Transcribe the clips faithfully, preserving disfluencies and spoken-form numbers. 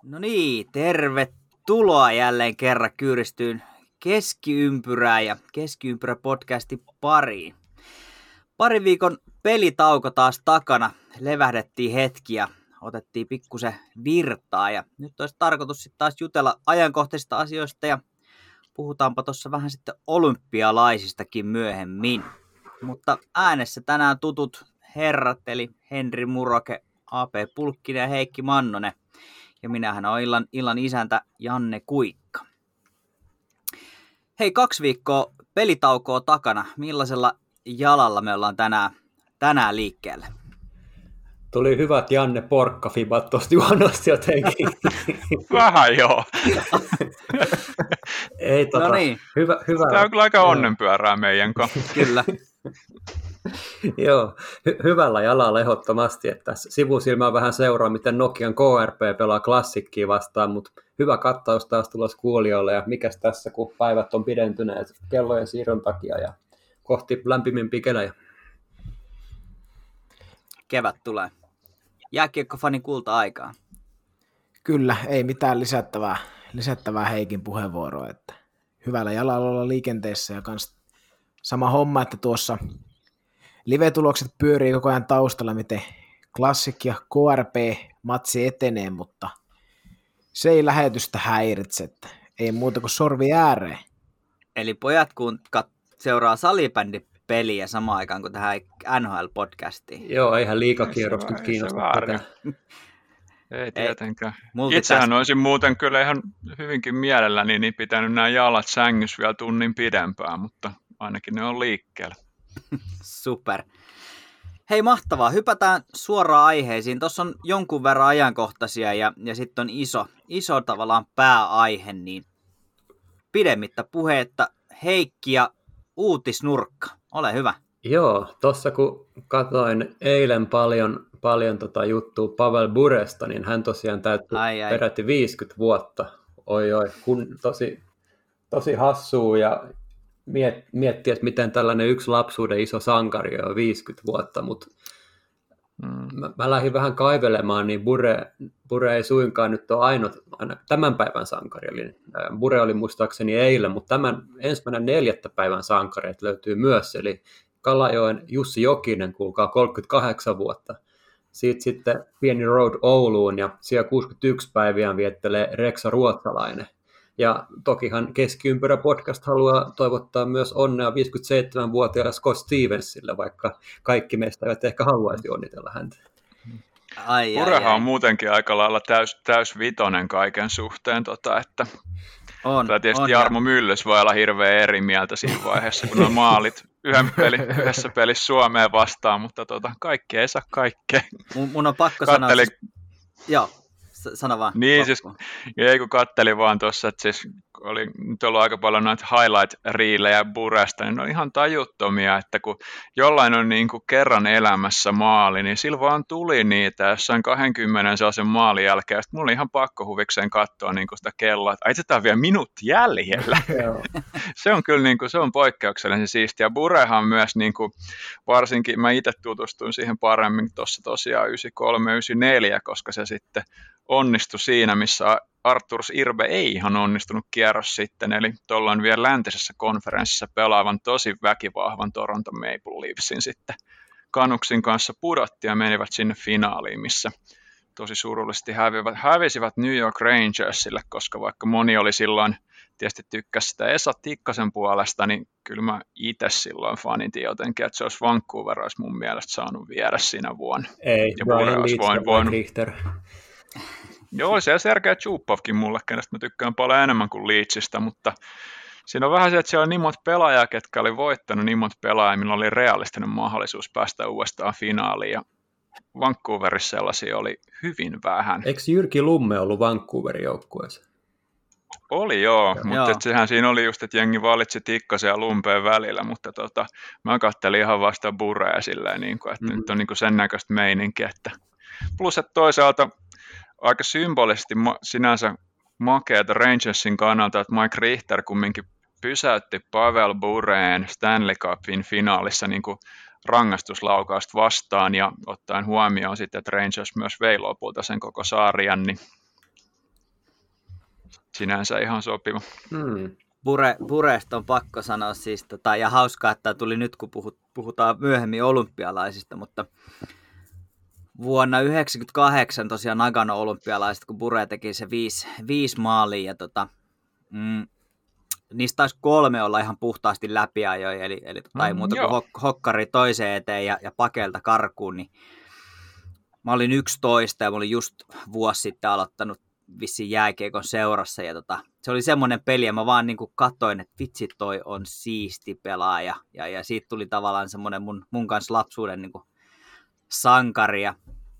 No niin, tervetuloa jälleen kerran kyyristyyn keskiympyrää ja keskiympyrä podcastin pariin. Pari viikon pelitauko taas takana, levähdettiin hetki ja otettiin pikkusen virtaa ja nyt olisi tarkoitus sitten taas jutella ajankohtaisista asioista ja puhutaanpa tuossa vähän sitten olympialaisistakin myöhemmin. Mutta äänessä tänään tutut herrat eli Henri Muroke, A P Pulkkinen ja Heikki Mannonen. Ja minähän olen illan, illan isäntä Janne Kuikka. Hei, kaksi viikkoa pelitaukoa takana. Millaisella jalalla me ollaan tänään, tänään liikkeelle? Tuli hyvät Janne Porkka-fibat tosta juonnosta jotenkin. Vähän joo. Ei, tota, no niin. hyvä, hyvä. Tämä on kyllä aika onnenpyörää meidän kanssa. Kyllä. Joo, hy- hyvällä jalalla ehdottomasti, että tässä sivusilmään vähän seuraa, miten Nokian K R P pelaa klassikkiä vastaan, mutta hyvä kattaus taas tulossa kuulijoille, ja mikäs tässä, kun päivät on pidentyneet kellojen siirron takia, ja kohti lämpimimpiä kelejä. Kevät tulee. Jääkiekkofanin kulta-aikaa. Kyllä, ei mitään lisättävää, lisättävää Heikin puheenvuoroa, että hyvällä jalalla olla liikenteessä, ja kans sama homma, että tuossa live-tulokset pyörii koko ajan taustalla, miten Classic ja K R P-matsi etenee, mutta se ei lähetystä häiritse, että ei muuta kuin sorvi ääreen. Eli pojat kun kat- seuraa salibändipeliä samaan aikaan kuin tähän N H L-podcastiin. Joo, eihän liikakierros nyt kiinnosta tätä. Ei tietenkään. Ei, Itsehän olisin muuten kyllä ihan hyvinkin mielelläni niin pitänyt nämä jalat sängyssä vielä tunnin pidempään, mutta ainakin ne on liikkeellä. Super. Hei, mahtavaa. Hypätään suoraan aiheisiin. Tuossa on jonkun verran ajankohtaisia ja, ja sitten on iso, iso tavallaan pääaihe, niin pidemmittä puheetta Heikki ja uutisnurkka. Ole hyvä. Joo, tuossa kun katsoin eilen paljon, paljon tota juttua Pavel Buresta, niin hän tosiaan täytti ai, ai. peräti viisikymmentä vuotta. Oi oi, kun, tosi, tosi hassua ja miet, miettiä, että miten tällainen yksi lapsuuden iso sankari on viisikymmentä vuotta, mutta mm. mä, mä lähdin vähän kaivelemaan, niin Bure, Bure ei suinkaan nyt ole ainoa aina tämän päivän sankari. Eli Bure oli muistaakseni eilen, mutta tämän ensimmäinen neljättä päivän sankareet löytyy myös, eli Kalajoen Jussi Jokinen, kuulkaa kolmekymmentäkahdeksan vuotta. Siitä sitten pieni road Ouluun ja siellä kuusikymmentäyksi päiviään viettelee Reksa Ruotsalainen. Ja tokihan Keskiympyrä podcast haluaa toivottaa myös onnea viisikymmentäseitsemänvuotiaalle Scott Stevensille, vaikka kaikki meistä eivät ehkä haluaisi onnitella häntä. Purehan on muutenkin aika lailla täys, täys vitonen kaiken suhteen, tota, että on, tietysti on, Jarmo ja Myllys voi olla hirveän eri mieltä siinä vaiheessa, kun on maalit yhden peli, yhdessä pelissä Suomeen vastaan, mutta tota, kaikki ei saa kaikkea. Mun, mun on pakko Kattelin... sanoa, joo, sano vaan. Niin, siis, ei kun kattelin vaan tuossa, että siis oli nyt ollut aika paljon noita highlight-riilejä Buresta, niin ne on ihan tajuttomia, että kun jollain on niin kuin kerran elämässä maali, niin sillä vaan tuli niitä jossain kaksikymmentä sellaisen maalin jälkeen, ja sitten mulla oli ihan pakko huvikseen katsoa niin kuin sitä kelloa, että ai tätä on vielä minuutti jäljellä. Se on kyllä niin kuin, se on poikkeuksellisen siistiä. Burehan myös, niin kuin, varsinkin mä itse tutustuin siihen paremmin tuossa tosiaan yhdeksänkymmentäkolme yhdeksänkymmentäneljä, koska se sitten onnistui siinä, missä Arturs Irbe ei ihan onnistunut kierros sitten, eli tuolloin vielä läntisessä konferenssissa pelaavan tosi väkivahvan Toronto Maple Leafsin sitten Canucksin kanssa pudotti ja menivät sinne finaaliin, missä tosi surullisesti hävivät, hävisivät New York Rangersille, koska vaikka moni oli silloin, tietysti tykkäsi sitä Esa Tikkasen puolesta, niin kyllä mä itse silloin fanitin jotenkin, että se olisi Vancouver olisi mun mielestä saanut viedä siinä vuonna. Ei, ja Brian Leetz ja voinut... Richter. Joo, se on Sergei Zhupovkin mulle, kenestä mä tykkään paljon enemmän kuin Leedsistä, mutta siinä on vähän se, että siellä on niin monta pelaajaa, ketkä oli voittanut niin monta pelaajaa, millä oli realistinen mahdollisuus päästä uudestaan finaaliin, ja Vancouverissa sellaisia oli hyvin vähän. Eikö Jyrki Lumme ollut Vancouverin joukkueessa? Oli joo, joo. Mutta et sehän siinä oli just, että jengi valitsi Tikkasen ja Lumpeen välillä, mutta tota, mä kattelin ihan vasta Burea silleen, niin kuin, että mm-hmm. nyt on niin kuin sen näköistä meininkiä, että plus että toisaalta aika symbolisesti ma- sinänsä makeata Rangersin kannalta, että Mike Richter kumminkin pysäytti Pavel Bureen Stanley Cupin finaalissa niin kuin rangaistuslaukausta vastaan ja ottaen huomioon sitten, että Rangers myös vei lopulta sen koko sarjan, niin sinänsä ihan sopiva. Hmm. Bure, Buresta on pakko sanoa siis, tota, ja hauskaa, että tuli nyt, kun puhut, puhutaan myöhemmin olympialaisista, mutta vuonna yhdeksänkymmentäkahdeksan tosiaan Nagano olympialaiset, kun Bure teki se viisi, viisi maalia, ja tota, mm, niistä taisi kolme olla ihan puhtaasti läpiajoja, eli, eli tota, ei Mm, muuta joo. kuin hok- hokkari toiseen eteen ja, ja pakelta karkuun, niin mä olin yksitoista ja mä olin just vuosi sitten aloittanut vissiin jääkiekon seurassa, ja tota, se oli semmoinen peli, ja mä vaan niin kuin katsoin, että vitsi, toi on siisti pelaaja, ja, ja siitä tuli tavallaan semmoinen mun, mun kanssa lapsuuden niin kuin sankari, ja,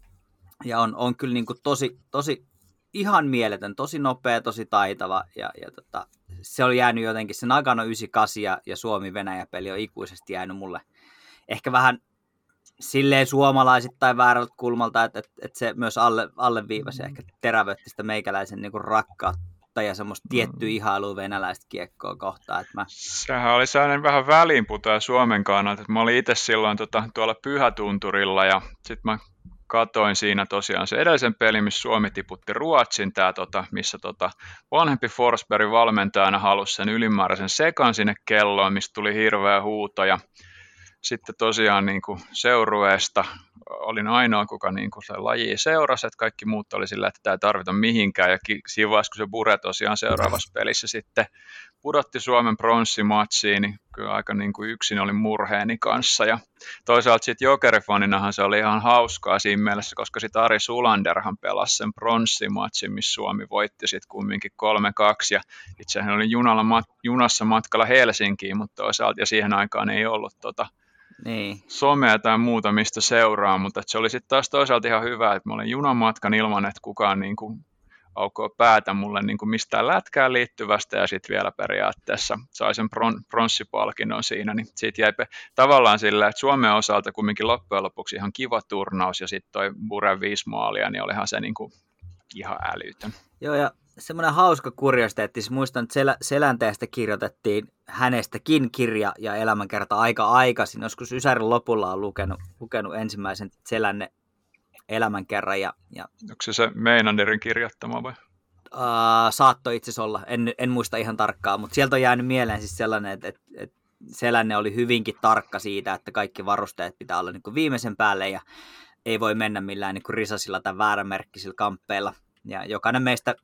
ja on, on kyllä niin kuin tosi, tosi ihan mieletön, tosi nopea, tosi taitava, ja, ja tota, se oli jäänyt jotenkin, se Nagano yhdeksänkymmentäkahdeksan ja, ja Suomi-Venäjä-peli on ikuisesti jäänyt mulle ehkä vähän silleen suomalaisittain väärältä kulmalta, että, että, että se myös alle, alleviivasi ehkä terävöitti sitä meikäläisen niin kuin rakkautta ja semmoista tiettyä ihailua venäläistä kiekkoa kohtaan. Että mä... Sehän oli sellainen vähän väliinputoja Suomen kannalta, että mä olin itse silloin tota, tuolla Pyhätunturilla ja sitten mä katoin siinä tosiaan se edellisen pelin, missä Suomi tiputti Ruotsin, tää, tota, missä tota, vanhempi Forsberg valmentajana halusi sen ylimääräisen sekan sinne kelloon, mistä tuli hirveä huuto ja sitten tosiaan niin kuin seurueesta olin ainoa, kuka niin kuin lajia seurasi, että kaikki muut oli sillä, että tämä ei tarvita mihinkään. Ja siinä vaiheessa, kun se Bure tosiaan seuraavassa pelissä sitten pudotti Suomen pronssimatsiin, niin kyllä aika niin kuin yksin oli murheeni kanssa. Ja toisaalta sitten jokerifaninahan se oli ihan hauskaa siinä mielessä, koska sitten Ari Sulanderhan pelasi sen pronssimatsin, missä Suomi voitti sitten kumminkin kolme kaksi. Ja itse hän oli junalla, junassa matkalla Helsinkiin, mutta toisaalta ja siihen aikaan ei ollut tota, Niin. somea tai muuta, mistä seuraa, mutta se oli sitten taas toisaalta ihan hyvä, että mä olin junamatkan ilman, että kukaan niin kuin aukoo päätä mulle niin kuin mistään lätkään liittyvästä ja sitten vielä periaatteessa sai sen bron, pronssipalkinnon siinä, niin siitä jäi tavallaan sillä, että Suomen osalta kumminkin loppujen lopuksi ihan kiva turnaus ja sitten toi Buren viisi maalia, niin olihan se niin kuin ihan älytön. Joo, ja semmoinen hauska kuriositeetti, siis muistan, että Sel- Selänteestä kirjoitettiin hänestäkin kirja ja elämänkerta aika aikaisin. Joskus Ysärin lopulla on lukenut, lukenut ensimmäisen Selänne elämänkerran. Ja, ja, onko se se Meinanderin kirjoittama vai? Uh, saattoi itse asiassa olla, en, en muista ihan tarkkaan, mutta sieltä on jäänyt mieleen siis sellainen, että, että, että Selänne oli hyvinkin tarkka siitä, että kaikki varusteet pitää olla niin kuin viimeisen päälle ja ei voi mennä millään niin kuin risasilla tai väärämerkkisillä kamppeilla. Ja jokainen meistä,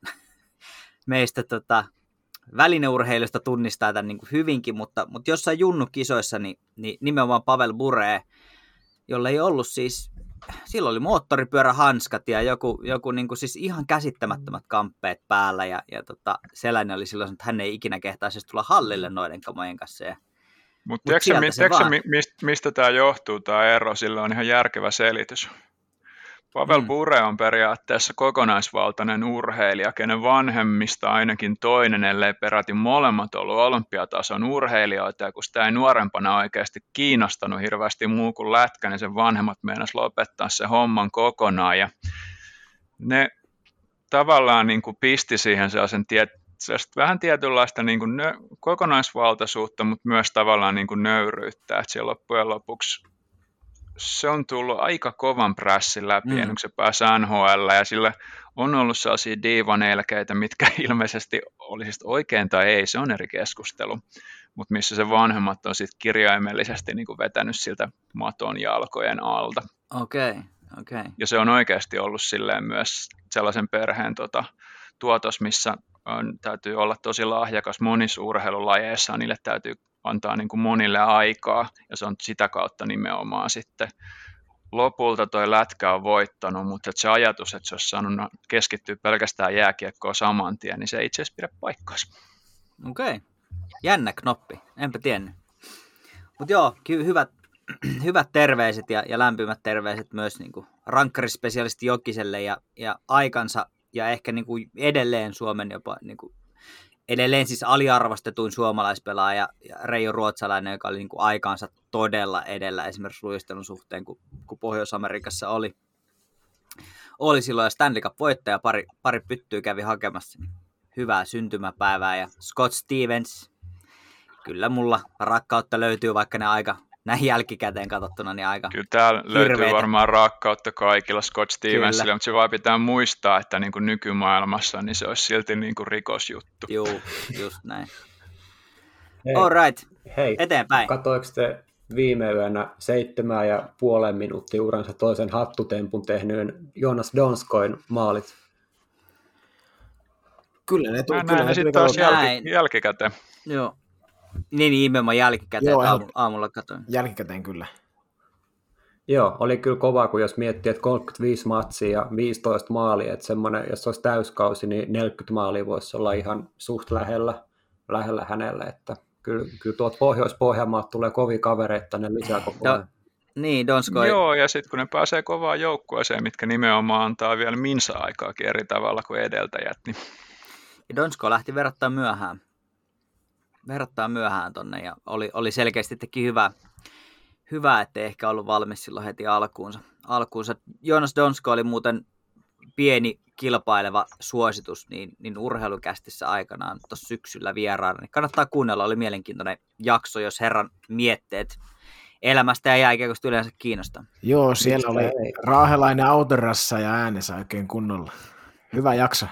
meistä tota, välineurheilusta tunnistaa tämän niin kuin hyvinkin, mutta, mutta jossain junnukisoissa niin, niin nimenomaan Pavel Bure, jolla ei ollut siis, silloin oli moottoripyörähanskat ja joku, joku niin kuin siis ihan käsittämättömät kamppeet päällä ja, ja tota, Selänne oli silloin, että hän ei ikinä kehtaisi tulla hallille noiden kamojen kanssa. Ja, Mut Mutta tiedätkö, mi, tiedätkö mistä, mistä tämä johtuu, tämä ero? Sillä on ihan järkevä selitys. Pavel hmm. Bure on periaatteessa kokonaisvaltainen urheilija, kenen vanhemmista ainakin toinen, ellei peräti molemmat ollut olympiatason urheilijoita, ja kun sitä ei nuorempana oikeasti kiinnostanut hirveästi muu kuin lätkä, niin sen vanhemmat meinasi lopettaa sen homman kokonaan, ja ne tavallaan niin kuin pisti siihen sellaisen tiet, vähän tietynlaista niin kuin nö, kokonaisvaltaisuutta, mutta myös tavallaan niin kuin nöyryyttä, että siellä loppujen lopuksi se on tullut aika kovan prässin läpi, mm. ennen kuin se pääsi N H L, ja sillä on ollut sellaisia diivanelkeitä, mitkä ilmeisesti oli siis oikein tai ei, se on eri keskustelu, mutta missä se vanhemmat on sitten kirjaimellisesti niin kuin vetänyt siltä maton jalkojen alta. Okei, okay, okei. Okay. Ja se on oikeasti ollut silleen myös sellaisen perheen tota, tuotos, missä on, täytyy olla tosi lahjakas monissa urheilulajeissa, niille täytyy antaa niin kuin monille aikaa, ja se on sitä kautta nimenomaan sitten lopulta toi lätkä on voittanut, mutta se ajatus, että se olisi saanut keskittyä pelkästään jääkiekkoon saman tien, niin se ei itse asiassa pidä paikkaansa. Okei, okay. Jännä knoppi, enpä tiennyt. Mutta joo, hyvät, hyvät terveiset ja, ja lämpimät terveiset myös niin kuin rankkarispesialisti Jokiselle ja, ja aikansa, ja ehkä niin kuin edelleen Suomen jopa niin kuin edelleen siis aliarvostetuin suomalaispelaaja ja Reijo Ruotsalainen, joka oli niin kuin aikaansa todella edellä esimerkiksi luistelun suhteen, kun, kun Pohjois-Amerikassa oli, oli silloin ja Stanley Cup-voittaja, pari, pari pyttyä kävi hakemassa. Hyvää syntymäpäivää ja Scott Stevens, kyllä mulla rakkautta löytyy, vaikka ne aika näin jälkikäteen katsottuna niin aika Kyllä täällä löytyy hirveetä. varmaan rakkautta kaikilla Scott Stevensille, mutta se vaan pitää muistaa, että niin kuin nykymaailmassa niin se olisi silti niin kuin rikosjuttu. Joo, just näin. Hei, All right, hei, eteenpäin. Katoiko te viime yönä seitsemän ja puolen minuuttia uransa toisen hattutempun tehneen Jonas Donskoin maalit? Kyllä ne tuli. Mä Kyllä näin ne ne sitten tuli taas kauan- jälki, jälkikäteen. Joo. Niin, niin nimenomaan jälkikäteen, Joo, aamu, aamulla katsoin. Jälkikäteen kyllä. Joo, oli kyllä kova, kun jos miettii, että kolmekymmentäviisi matsia ja viisitoista maalia, että semmoinen, jos olisi täyskausi, niin neljäkymmentä maalia voisi olla ihan suht lähellä, lähellä hänelle, että kyllä, kyllä tuolta Pohjois-Pohjanmaalta tulee kovia kavereita ne lisää koko ajan. No, niin, Donskoi. Joo, ja sitten kun ne pääsee kovaan joukkueeseen, mitkä nimenomaan antaa vielä minsa-aikaakin eri tavalla kuin edeltäjät, niin Donsko lähti verrattain myöhään. Verrattain myöhään tonne ja oli, oli selkeästi teki hyvä, hyvä, ettei ehkä ollut valmis silloin heti alkuunsa. alkuunsa. Jonas Donsko oli muuten pieni kilpaileva suositus niin, niin urheilukästissä aikanaan tuossa syksyllä vieraana. Niin kannattaa kuunnella, oli mielenkiintoinen jakso, jos herran mietteet elämästä ja jääkiekosta yleensä kiinnostaa. Joo, siellä oli ei? raahelainen autorassa ja äänensä oikein kunnolla. Hyvä jakso.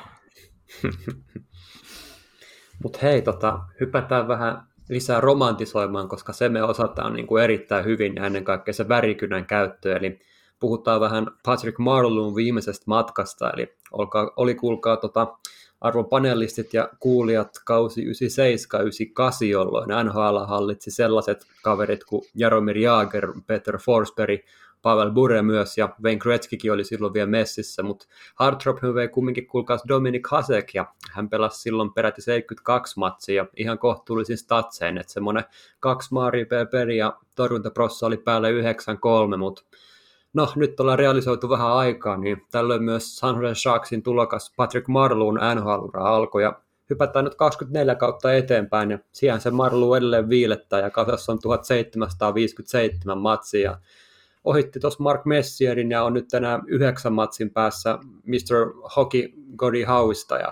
Mutta hei, tota, hypätään vähän lisää romantisoimaan, koska se me osataan niin kuin erittäin hyvin ja ennen kaikkea se värikynän käyttö. Eli puhutaan vähän Patrick Marleaun viimeisestä matkasta, eli olkaa, oli kuulkaa tota, arvon panelistit ja kuulijat kausi yhdeksänkymmentäseitsemän yhdeksänkymmentäkahdeksan, jolloin N H L hallitsi sellaiset kaverit kuin Jaromir Jagr, Peter Forsberg, Pavel Bure myös, ja Wayne Gretzkykin oli silloin vielä messissä, mutta Hardtropin vei kumminkin kuulkaas Dominik Hasek, ja hän pelasi silloin peräti seitsemänkymmentäkaksi matsia, ja ihan kohtuullisin statsein, että semmoinen kaksi maaria per peli, ja torjuntaprossa oli päälle yhdeksän kolme, mutta no, nyt ollaan realisoitu vähän aikaa, niin tällöin myös San Jose Sharksin tulokas Patrick Marleaun N H L-ura alkoi, ja hypätään nyt kaksikymmentäneljä kautta eteenpäin, ja siihen se Marleau edelleen viilettää, ja kasassa on tuhatseitsemänsataaviisikymmentäseitsemän matsia, ja ohitti tuossa Mark Messierin, ja on nyt tänään yhdeksän matsin päässä mister Hockey Gordie Howesta, ja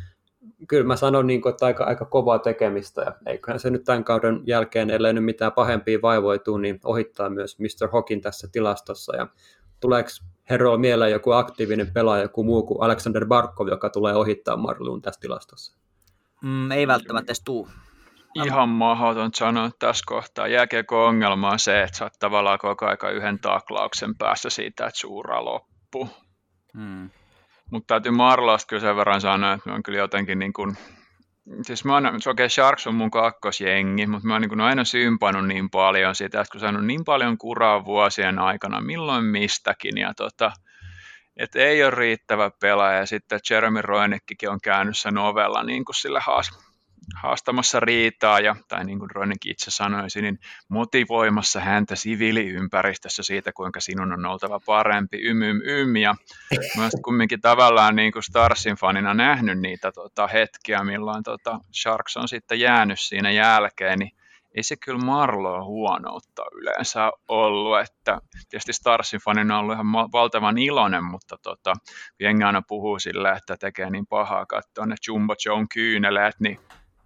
kyllä mä sanon, niin kuin, että aika, aika kovaa tekemistä, ja eiköhän se nyt tämän kauden jälkeen, ellei nyt mitään pahempia vaivoituu, niin ohittaa myös mister Hockeyn tässä tilastossa, ja tuleeko herroilla mieleen joku aktiivinen pelaaja, joku muu kuin Alexander Barkov, joka tulee ohittaa Marleaun tässä tilastossa? Mm, ei välttämättä edes tuu. ihan mahdoton sanoa tässä kohtaa. Jääkiekon ongelma on se, että sä oot tavallaan koko aika yhden taklauksen päässä siitä, että sun ura loppuu. Hmm. Mutta täytyy Marleausta kyllä sen verran sanoa, että me on kyllä jotenkin niin kuin, siis mä oon, okei, okay, Sharks on mun kakkosjengi, mutta mä oon niin aina sympannut niin paljon siitä, että kun sä on niin paljon kuraa vuosien aikana, milloin mistäkin, ja tota, että ei ole riittävä pelaaja, ja sitten Jeremy Roenickkin on käynyt sen ovella niin kuin sille haas, haastamassa riitaa, ja, tai niin kuin Roenick itse sanoisi, niin motivoimassa häntä siviiliympäristössä siitä, kuinka sinun on oltava parempi, ym, ym, ym. Ja mä oon kumminkin tavallaan niin kuin Starsin fanina nähnyt niitä tota, hetkiä, milloin tota, Sharks on sitten jäänyt siinä jälkeen, niin ei se kyllä Marleau huonoutta yleensä ollut, että tietysti Starsin fanina on ollut ihan valtavan iloinen, mutta tota, jengi aina puhuu sillä, että tekee niin pahaa katsoa ne Jumbo Joen kyyneleet, niin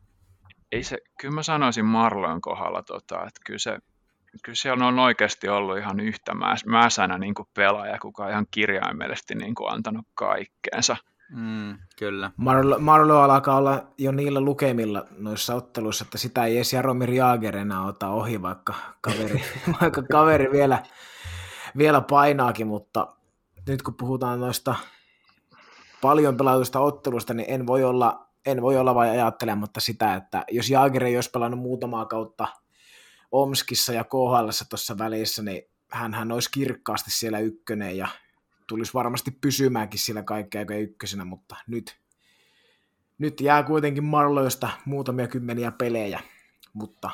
ei se, kyllä mä sanoisin Marleaun kohdalla, tota, että kyllä, se, kyllä siellä on oikeasti ollut ihan yhtä mäsänä niin kuin pelaaja, kuka on ihan kirjaimellisesti niin kuin antanut kaikkeensa. Mm, kyllä. Marleau, Marleau alkaa olla jo niillä lukemilla noissa otteluissa, että sitä ei edes Jaromir Jagr enää ota ohi, vaikka kaveri, vaikka kaveri vielä, vielä painaakin, mutta nyt kun puhutaan noista paljon pelatuista ottelusta, niin en voi olla, en voi olla vain ajattelematta sitä, että jos Jagr ei olisi pelannut muutamaa kautta Omskissa ja K H L:ssä tuossa välissä, niin hänhän olisi kirkkaasti siellä ykkönen ja tulisi varmasti pysymäänkin siellä kaikkea aika ykkösenä, mutta nyt, nyt jää kuitenkin Marleausta muutamia kymmeniä pelejä, mutta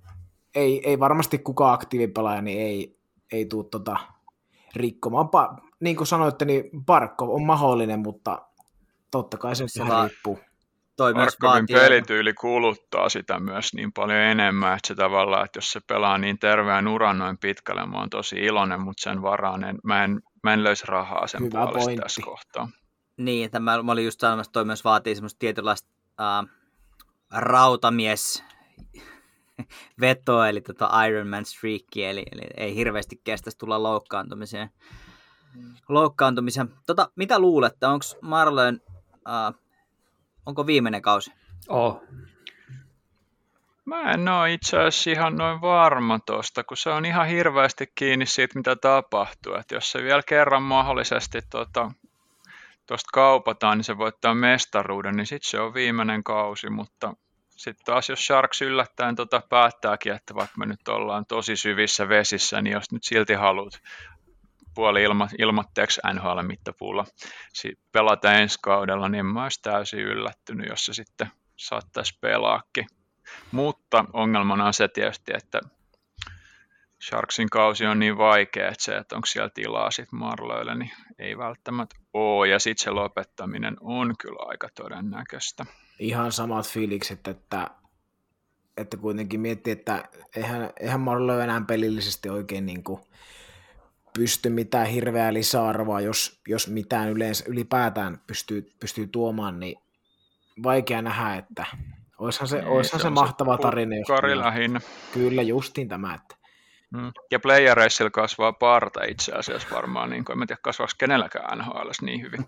ei, ei varmasti kukaan aktiivipelaaja niin ei, ei tule tota rikkomaan. Pa- niin kuin sanoitte, niin Barkov on mahdollinen, mutta totta kai se ihan riippuu. Barkovin pelityyli kuluttaa sitä myös niin paljon enemmän, että se tavallaan, että jos se pelaa niin terveen uran noin pitkälle, mä oon tosi iloinen, mutta sen varaan en, mä, en, mä en löisi rahaa sen Hyvä puolesta pointti. Tässä kohtaa. Niin, että mä, mä olin just sanomassa, että toi myös vaatii semmoista tietynlaista äh, rautamies vetoa, eli tota Ironman streakia, eli, eli ei hirveästi kestäisi tulla loukkaantumiseen. loukkaantumiseen. Tota, mitä luulette, onko Marlon, uh, onko viimeinen kausi? Oh. Mä en ole itse asiassa ihan noin varma tuosta, kun se on ihan hirveästi kiinni siitä, mitä tapahtuu. Et jos se vielä kerran mahdollisesti tuosta tota, kaupataan, niin se voittaa mestaruuden, niin sitten se on viimeinen kausi. Mutta sitten taas, jos Sharks yllättäen tota päättääkin, että vaikka me nyt ollaan tosi syvissä vesissä, niin jos nyt silti haluat puoli ilma, ilmoitteeksi N H L-mittapuulla pelata ensi kaudella, niin en mä olisi täysin yllättynyt, jos se sitten saattaisi pelaakin. Mutta ongelmana on se tietysti, että Sharksin kausi on niin vaikea, että se, että onko siellä tilaa sitten Marloille, niin ei välttämättä ole. Ja sitten se lopettaminen on kyllä aika todennäköistä. Ihan samat fiilikset, että, että kuitenkin miettii, että eihän, eihän Marloille enää pelillisesti oikein niin kuin pysty mitään hirveää lisäarvoa, jos, jos mitään yleensä, ylipäätään pystyy, pystyy tuomaan, niin vaikea nähdä, että Oishan se, oishan se, se mahtava se tarina. Lähinnä. Kyllä, justiin tämä. Että. Mm. Ja playereissilla kasvaa parta itse asiassa varmaan, niin kuin, en tiedä kasvaako kenelläkään N H L:ssä niin hyvin.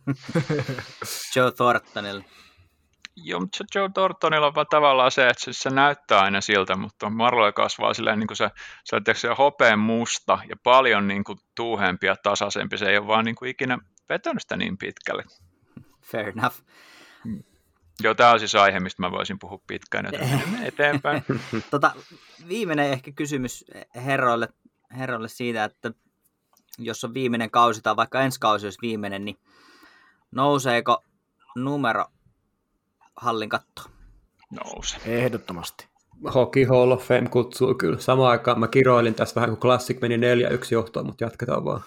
Joe Thorntonilla. Joo, mutta Joe Thorntonilla on vaan tavallaan se, että se näyttää aina siltä, mutta Marloille kasvaa silleen niin kuin se, se, se hopeen musta ja paljon niin kuin tuuhempi ja tasaisempi. Se ei ole vaan niin kuin ikinä vetänyt sitä niin pitkälle. Fair enough. Mm. Joo, tämä on siis aihe, mistä mä voisin puhua pitkään, joten menemme eteenpäin. tota, viimeinen ehkä kysymys herroille, herroille siitä, että jos on viimeinen kausi tai vaikka ensi kausi olisi viimeinen, niin nouseeko numero hallin kattoon? Nousee. Ehdottomasti. Hockey Hall of Fame kutsuu kyllä. Samaan aikaan mä kiroilin tässä vähän, kun Classic meni neljä yksi johtoon, mutta jatketaan vaan.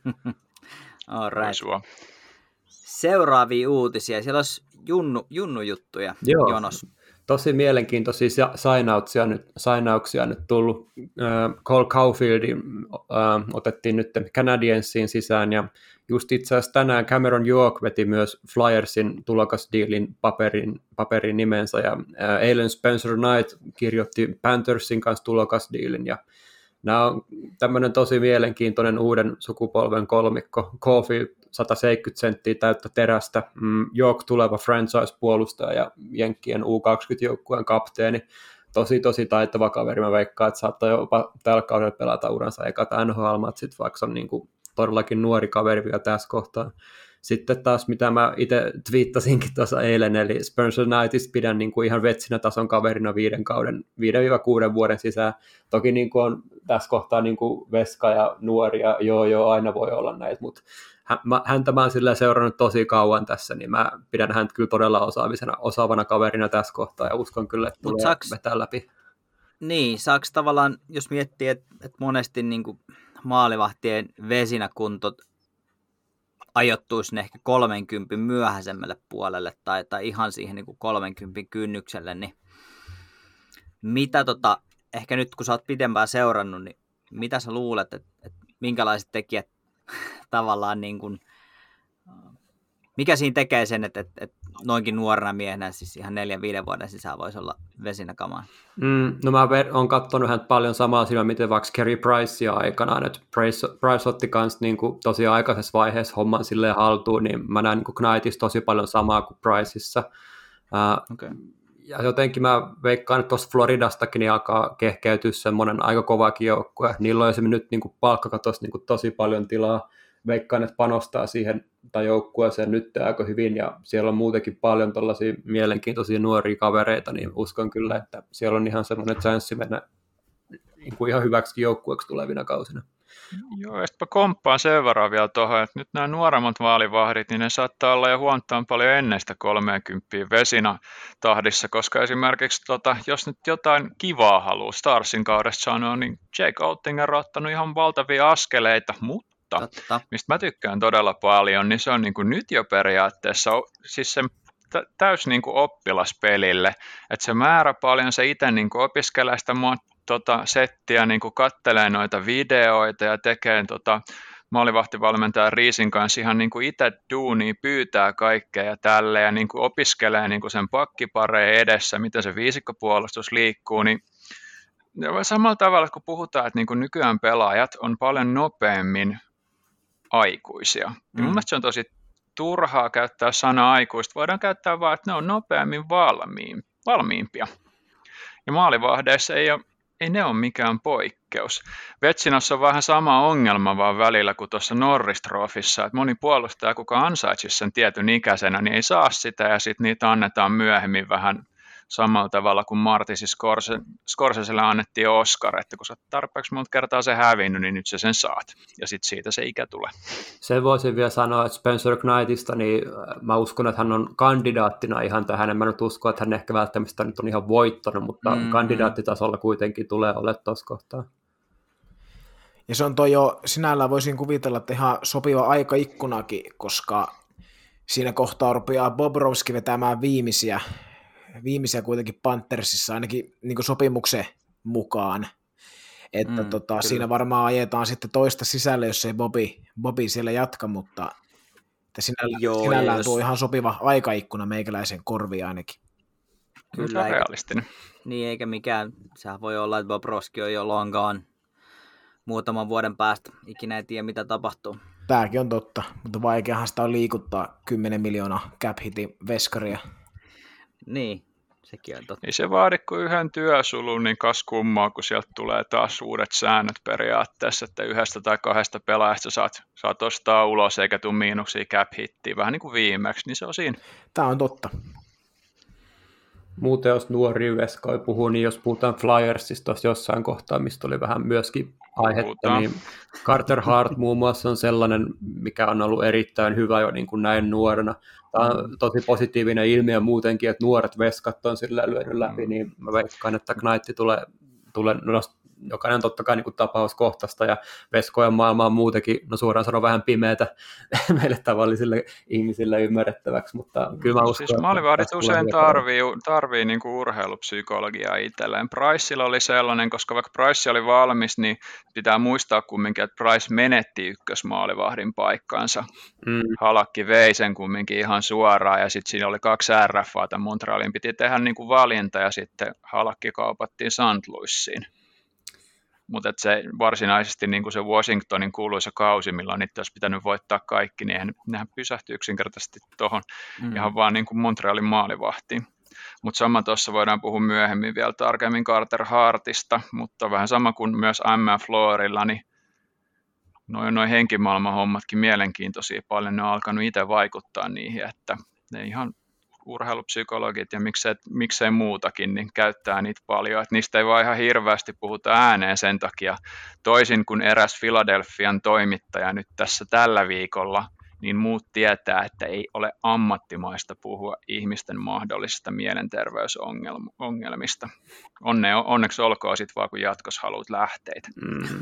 All right. Seuraavia uutisia. Siellä olisi junnu, junnu-juttuja Joo, jonos. Tosi mielenkiintoisia signauksia nyt, signauksia nyt tullut. Äh, Cole Caulfieldin äh, otettiin nyt Canadiensiin sisään, ja just itse asiassa tänään Cameron York veti myös Flyersin tulokasdealin paperin, paperin nimensä, ja äh, eilen Spencer Knight kirjoitti Panthersin kanssa tulokasdealin, ja nämä on tämmöinen tosi mielenkiintoinen uuden sukupolven kolmikko. Caulfield sata seitsemänkymmentä senttiä täyttä terästä, mm, York tuleva franchise-puolustaja ja Jenkkien U kaksikymmentä-joukkueen kapteeni. Tosi, tosi taitava kaveri. Mä veikkaan, että saattaa jopa tällä kaudella pelata uransa ekat N H L-matsit, vaikka se on niin kuin todellakin nuori kaveri vielä tässä kohtaa. Sitten taas, mitä mä itse twiittasinkin tuossa eilen, eli Spencer Knightista pidän niin kuin ihan vetsinä tason kaverina viiden kauden, viiden kuuden vuoden sisään. Toki niin kuin on tässä kohtaa niin kuin veska ja nuori ja joo joo, aina voi olla näitä, mutta häntä mä oon silleen seurannut tosi kauan tässä, niin mä pidän häntä kyllä todella osaavisena, osaavana kaverina tässä kohtaa ja uskon kyllä, että tulee saks, vetää läpi. Niin, saako tavallaan, jos miettii, että, että monesti niin kuin maalivahtien vesinäkunto ajoittuisi ne ehkä kolmenkympin myöhäisemmälle puolelle tai, tai ihan siihen niin kuin kolmenkympin kynnykselle, niin mitä tota, ehkä nyt kun sä oot pitempään seurannut, niin mitä sä luulet, että, että minkälaiset tekijät tavallaan niin kuin, mikä siinä tekee sen, että, että, että noinkin nuorena miehenä, siis ihan neljän, viiden vuoden sisään voisi olla vesinäkamaan? Mm, no mä oon katsonut häntä paljon samaa siinä, miten vaikka Carey Pricea aikanaan, että Price, Price otti kanssa niin kuin tosi aikaisessa vaiheessa homman silleen haltuun, niin mä näen niin kuin Knightissa tosi paljon samaa kuin Priceissa. Uh, okay. Ja jotenkin mä veikkaan, että tuossa Floridastakin niin alkaa kehkeytyä semmoinen aika kovakin joukkue. Niillä on esimerkiksi nyt niin kuin palkkakatossa niin kuin tosi paljon tilaa. Veikkaan, että panostaa siihen tai joukkueeseen nyt aika hyvin, ja siellä on muutenkin paljon tällaisia mielenkiintoisia nuoria kavereita, niin uskon kyllä, että siellä on ihan semmoinen chanssi mennä niin kuin ihan hyväksi joukkueeksi tulevina kausina. Joo, ja sitten komppaan sen verran vielä tuohon, että nyt nämä nuoremmat maalivahdit, niin ne saattaa olla jo huomattavan paljon ennen sitä kolmekymmentä vesinä tahdissa, koska esimerkiksi tota, jos nyt jotain kivaa haluaa Starsin kaudesta sanoa, niin Jake Oettinger on ottanut ihan valtavia askeleita, mutta Totta. mistä mä tykkään todella paljon, niin se on niin kuin nyt jo periaatteessa siis se täys niin kuin oppilaspelille, että se määrä paljon, se itse niin kuin opiskelee sitä tota, settiä, niin kuin kattelee noita videoita ja tekee tota, maalivahtivalmentajan Riisin kanssa ihan niin kuin itse duunia, pyytää kaikkea ja tälleen ja niin kuin opiskelee niin kuin sen pakkipareen edessä, miten se viisikkopuolustus liikkuu, niin Ja samalla tavalla, kun puhutaan, että niin kuin nykyään pelaajat on paljon nopeammin aikuisia. Mm. Mun mielestä se on tosi turhaa käyttää sanaa aikuista. Voidaan käyttää vaan, että ne on nopeammin valmiin, valmiimpia. Ja maalivahdeissa ei, ole, ei ne ole mikään poikkeus. Vetsinassa on vähän sama ongelma vaan välillä kuin tuossa Norris-trofissa, että moni puolustaja, kuka ansaitsisi sen tietyn ikäisenä, niin ei saa sitä ja sitten niitä annetaan myöhemmin vähän samalla tavalla kuin Martin Scorse, Scorseselle annettiin Oscar, että kun sä oot tarpeeksi monta kertaa se hävinnyt, niin nyt sä sen saat. Ja sitten siitä se ikä tulee. Sen voisin vielä sanoa, että Spencer Knightista, niin mä uskon, että hän on kandidaattina ihan tähän. En mä nyt usko, että hän ehkä välttämättä nyt on ihan voittanut, mutta mm-hmm. kandidaattitasolla kuitenkin tulee olemaan tuossa kohtaa. Ja se on toi jo, sinällään voisin kuvitella, että ihan sopiva aikaikkunakin, koska siinä kohtaa rupeaa Bobrovski vetämään viimeisiä, viimeisiä kuitenkin Panthersissa, ainakin niin sopimuksen mukaan. Että mm, tota, siinä varmaan ajetaan sitten toista sisälle, jos ei Bobby, Bobby siellä jatka, mutta että sinällään, Joo, sinällään jos... tuo ihan sopiva aikaikkuna meikäläisen korvi ainakin. Kyllä, eikä, realistinen. Niin, eikä mikään. Sehän voi olla, että Bobrovski on jo longaan muutaman vuoden päästä. Ikinä ei tiedä, mitä tapahtuu. Tämäkin on totta, mutta vaikeahan sitä on liikuttaa kymmenen miljoonaa cap hitin veskaria. Niin, sekin on totta. Ei se vaadi kuin yhden työsulun, niin kas kummaa, kun sieltä tulee taas uudet säännöt periaatteessa, että yhdestä tai kahdesta pelaajasta saat, saat ostaa ulos eikä tule miinuksia cap hittiin, vähän niin kuin viimeksi, niin se on siinä. Tämä on totta. Muuten jos nuori veskoi puhuu, niin jos puhutaan Flyersista jossain kohtaa, mistä oli vähän myöskin aihetta, puhutaan. Niin Carter Hart muun muassa on sellainen, mikä on ollut erittäin hyvä jo niin kuin näin nuorena. Tämä on tosi positiivinen ilmiö muutenkin, että nuoret veskat on sillä lyönyt läpi, niin mä veikkaan, että Knight tulee, tulee jokainen totta kai niin kuin tapauskohtaista, ja veskojen maailma on muutenkin, no suoraan sanoen vähän pimeätä meille tavallisille ihmisille ymmärrettäväksi, mutta kyllä mä uskon, siis maalivahdit usein tarvii, tarvii niin kuin urheilupsykologiaa itselleen. Priceilla oli sellainen, koska vaikka Price oli valmis, niin pitää muistaa kumminkin, että Price menetti ykkösmaalivahdin paikkaansa. Mm. Halakki vei sen kumminkin ihan suoraan, ja sitten siinä oli kaksi R F A:ta Montrealin piti tehdä niin kuin valinta, ja sitten Halakki kaupattiin Saint Louisiin. Mutta se varsinaisesti niin kuin se Washingtonin kuuluisa kausi, milloin niitä olisi pitänyt voittaa kaikki, niin nehän pysähtyi yksinkertaisesti tuohon mm. ihan vaan niin kuin Montrealin maalivahtiin. Mutta sama tuossa voidaan puhua myöhemmin vielä tarkemmin Carter Hartista, mutta vähän sama kuin myös M F Florilla, niin noin noi henkimaailman hommatkin mielenkiintoisia paljon, ne on alkanut itse vaikuttaa niihin, että ne ihan urheilupsykologit ja miksei, miksei muutakin, niin käyttää niitä paljon. Et niistä ei vaan ihan hirveästi puhuta ääneen sen takia. Toisin kuin eräs Philadelphian toimittaja nyt tässä tällä viikolla, niin muut tietää, että ei ole ammattimaista puhua ihmisten mahdollisista mielenterveysongelmista. Onne, onneksi olkoon sitten vaan, kun jatkossa haluat lähteitä. Mm.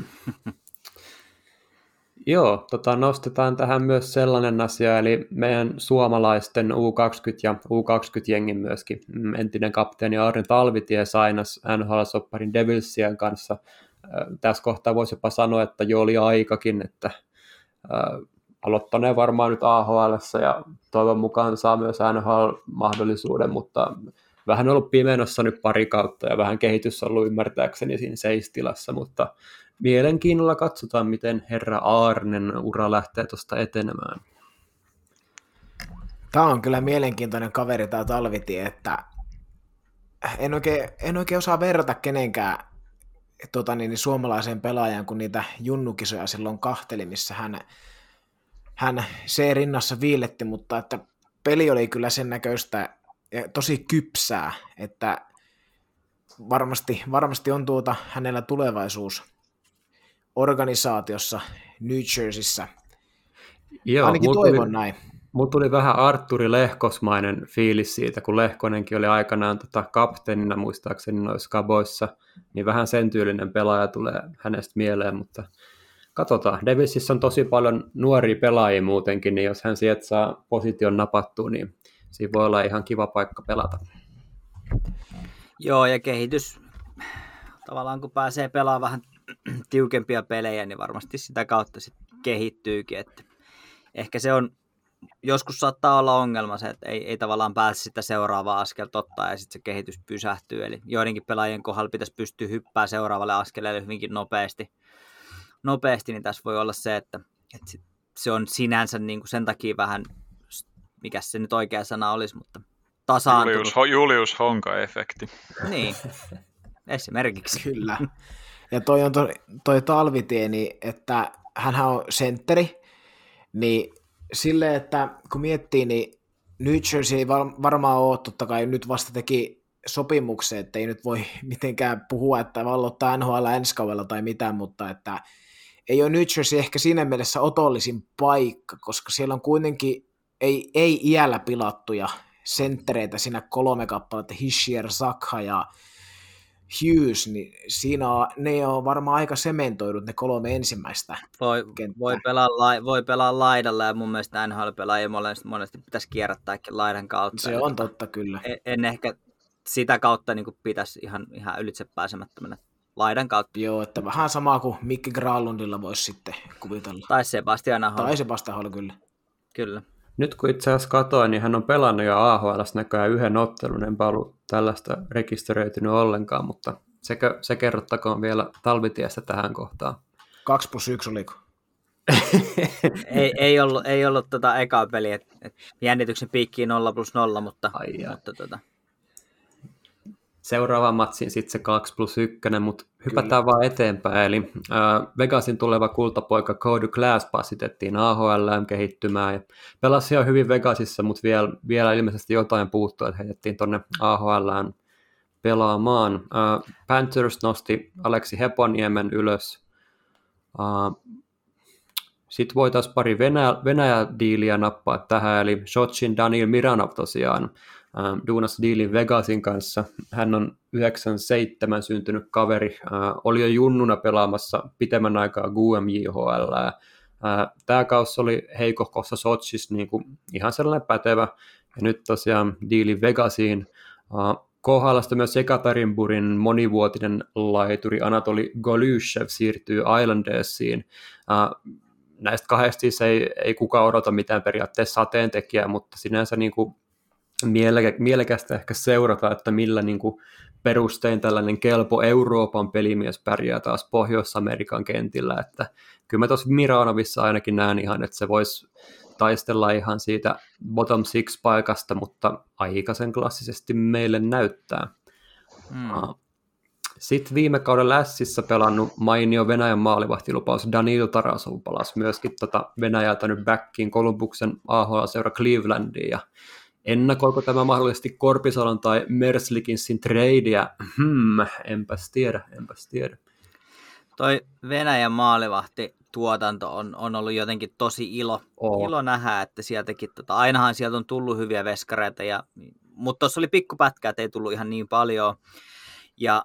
Joo, tota, nostetaan tähän myös sellainen asia, eli meidän suomalaisten U kaksikymmentä ja U kaksikymmentä-jengin myöskin entinen kapteeni Arni Talvitie sainas N H L-sopparin Devilsien kanssa. Tässä kohtaa voisi jopa sanoa, että jo oli aikakin, että äh, aloittaneen varmaan nyt A H L:ssä ja toivon mukaan saa myös N H L-mahdollisuuden, mutta vähän ollut pimenossa nyt pari kautta ja vähän kehitys on ollut ymmärtääkseni siinä seistilassa, mutta mielenkiinnolla katsotaan, miten herra Aarnen ura lähtee tuosta etenemään. Tämä on kyllä mielenkiintoinen kaveri, tämä Talvitie, että en oikein, en oikein osaa verrata kenenkään tota niin, suomalaiseen pelaajan, kun niitä junnukisoja silloin kahteli, missä hän, hän C-rinnassa viiletti, mutta että peli oli kyllä sen näköistä ja tosi kypsää, että varmasti, varmasti on tuota hänellä tulevaisuus organisaatiossa New Jerseyssä. Joo, ainakin toivon tuli, näin. Mulla tuli vähän Artturi Lehkosmainen fiilis siitä, kun Lehkonenkin oli aikanaan tota kapteenina muistaakseni noissa Caboissa, niin vähän sen tyylinen pelaaja tulee hänestä mieleen, mutta katsotaan. Devilsissä on tosi paljon nuoria pelaajia muutenkin, niin jos hän sieltä saa position napattua, niin siinä voi olla ihan kiva paikka pelata. Joo, ja kehitys, tavallaan kun pääsee pelaamaan vähän tiukempia pelejä, niin varmasti sitä kautta sitten kehittyykin, että ehkä se on joskus saattaa olla ongelma se, että ei, ei tavallaan pääse sitä seuraavaa askelta ottaa ja sitten se kehitys pysähtyy. Eli joidenkin pelaajien kohdalla pitäisi pystyä hyppää seuraavalle askeleelle hyvinkin nopeasti. Nopeasti, niin tässä voi olla se, että, että se on sinänsä niin kuin sen takia vähän, mikä se nyt oikea sana olisi, mutta tasaantunut. Julius, Julius Honka-efekti. Niin, esimerkiksi. Kyllä. Ja toi on toi, toi Talvitie, niin, että hänhän on sentteri, niin silleen, että kun miettii, niin New Jersey ei varmaan ole, totta kai nyt vasta teki sopimuksen, että ei nyt voi mitenkään puhua, että vallottaa N H L ensi kaudella tai mitään, mutta että ei ole New Jersey ehkä siinä mielessä otollisin paikka, koska siellä on kuitenkin ei, ei iällä pilattuja senttereitä siinä kolme kappaletta, Hischier, Zakha ja Hughes, niin siinä on, ne on varmaan aika sementoidut ne kolme ensimmäistä. Voi, voi, pelaa, voi pelaa laidalla ja mun mielestä N H L-pelaajia monesti, monesti pitäisi kierrättääkin laidan kautta. Se on totta kyllä. En, en ehkä sitä kautta niin kuin pitäisi ihan, ihan ylitse pääsemättömänä laidan kautta. Joo, että vähän samaa kuin Mikki Granlundilla voisi sitten kuvitella. Tai Sebastian Aho. Tai Sebastian Aho, kyllä. Kyllä. Nyt kun itse asiassa katsoin, niin hän on pelannut jo A H L:ssä näköjään yhden ottelun, enpä ollut tällaista rekisteröitynyt ollenkaan, mutta se, se kerrottakoon vielä Talvitiestä tähän kohtaan. Kaksi plus yksi oliko? ei, ei ollut, ei ollut tota ekaa peliä, et, et jännityksen piikkiin nolla plus nolla, mutta, mutta tota. Seuraavaan matsiin sitten se kaksi plus yksi, mutta hypätään Kyllä. vaan eteenpäin. Eli äh, Vegasin tuleva kultapoika Cody Glass passitettiin A H L:ään kehittymään ja pelasi ihan hyvin Vegasissa, mutta vielä, vielä ilmeisesti jotain puuttuu, että heitettiin tuonne A H L:ään pelaamaan. Äh, Panthers nosti Aleksi Heponiemen ylös. Äh, Sitten voitaisiin pari Venäjä, Venäjä-diiliä nappaa tähän, eli Shotsin Daniil Miranov tosiaan äh, duunas diilin Vegasin kanssa. Hän on yhdeksänkymmentäseitsemän syntynyt kaveri, äh, oli jo junnuna pelaamassa pitemmän aikaa G M J H L. Äh, Tämä kausi oli heikohkossa Sotsissa niin kuin ihan sellainen pätevä, ja nyt tosiaan diili Vegasiin. Äh, K H L:stä myös Ekaterinburin monivuotinen laituri Anatoli Golyshev siirtyy Islandersiin. Äh, Näistä kahdesta siis ei, ei kukaan odota mitään periaatteessa sateentekijää, mutta sinänsä niin kuin mielekästä ehkä seurata, että millä niin kuin perustein tällainen kelpo Euroopan pelimies pärjää taas Pohjois-Amerikan kentillä. Että kyllä mä tuossa Miranovissa ainakin näen ihan, että se voisi taistella ihan siitä bottom six paikasta, mutta aikaisen klassisesti meille näyttää. Hmm. Sitten viime kauden Lässissä pelannut mainio Venäjän maalivahtilupaus Danil Tarasov palasi myöskin tota Venäjältä nyt backiin Columbuksen A H L-seura Clevelandiin. Ja ennakoiko tämä mahdollisesti Korpisalon tai Merslikinsin tradeja? Hmm, enpäs tiedä, enpäs tiedä. Toi Venäjän maalivahtituotanto on, on ollut jotenkin tosi ilo, oh. ilo nähdä, että sieltäkin, tota, ainahan sieltä on tullut hyviä veskareita, ja, mutta tuossa oli pikkupätkä, että ei tullut ihan niin paljon. Ja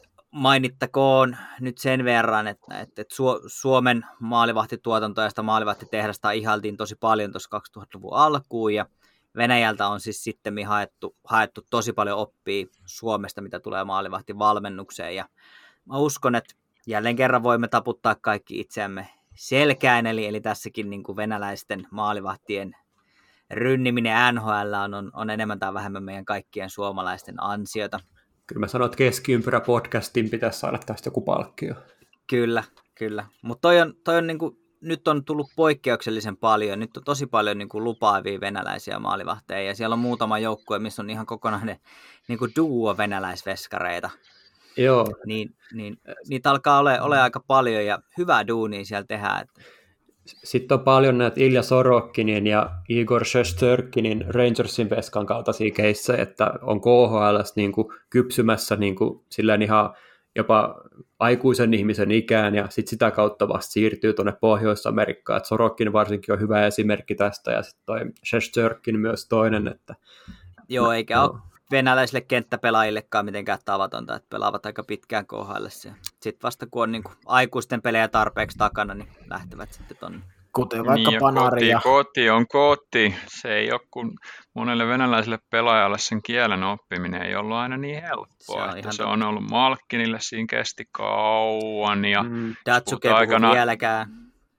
mainittakoon nyt sen verran, että, että Suomen maalivahtituotantoa ja sitä maalivahtitehdasta ihailtiin tosi paljon tuossa kaksituhattaluvun alkuun, ja Venäjältä on siis sitten haettu, haettu tosi paljon oppia Suomesta, mitä tulee maalivahtivalmennukseen, ja mä uskon, että jälleen kerran voimme taputtaa kaikki itseämme selkään, eli, eli tässäkin niin kuin venäläisten maalivahtien rynniminen N H L on, on, on enemmän tai vähemmän meidän kaikkien suomalaisten ansiota. Kyllä mä sanon, että Keskiympyrä-podcastin pitäisi saada tästä joku palkkio. Kyllä, kyllä. Mutta toi on, toi on niin kuin, nyt on tullut poikkeuksellisen paljon. Nyt on tosi paljon niin kuin lupaavia venäläisiä maalivahteja. Ja siellä on muutama joukkue, missä on ihan kokonainen niin kuin duo venäläisveskareita. Joo. Niin, niin, niitä alkaa ole, ole aika paljon ja hyvää duunia siellä tehdään. Sitten on paljon näitä Ilja Sorokkinin ja Igor Shesterkinin Rangersin veskan kaltaisia keissejä, että on K H L:ssä niin kuin kypsymässä niin kuin silleen ihan jopa aikuisen ihmisen ikään, ja sitten sitä kautta vasta siirtyy tuonne Pohjois-Amerikkaan. Et Sorokkin varsinkin on hyvä esimerkki tästä, ja sitten toi Shesterkin myös toinen. Että, Joo, eikä no. ole venäläisille kenttäpelaajillekaan mitenkään tavatonta, että pelaavat aika pitkään K H L:ssä. Sitten vasta kun on niin kuin aikuisten pelejä tarpeeksi takana, niin lähtevät sitten tuonne. Kuten vaikka niin, Panaria. Koti, koti on koti. Se ei ole, kun monelle venäläiselle pelaajalle sen kielen oppiminen ei ollut aina niin helppoa. Se on, se on ollut Malkkinille, siinä kesti kauan. Ja mm. Datsuke ei puhu vieläkään.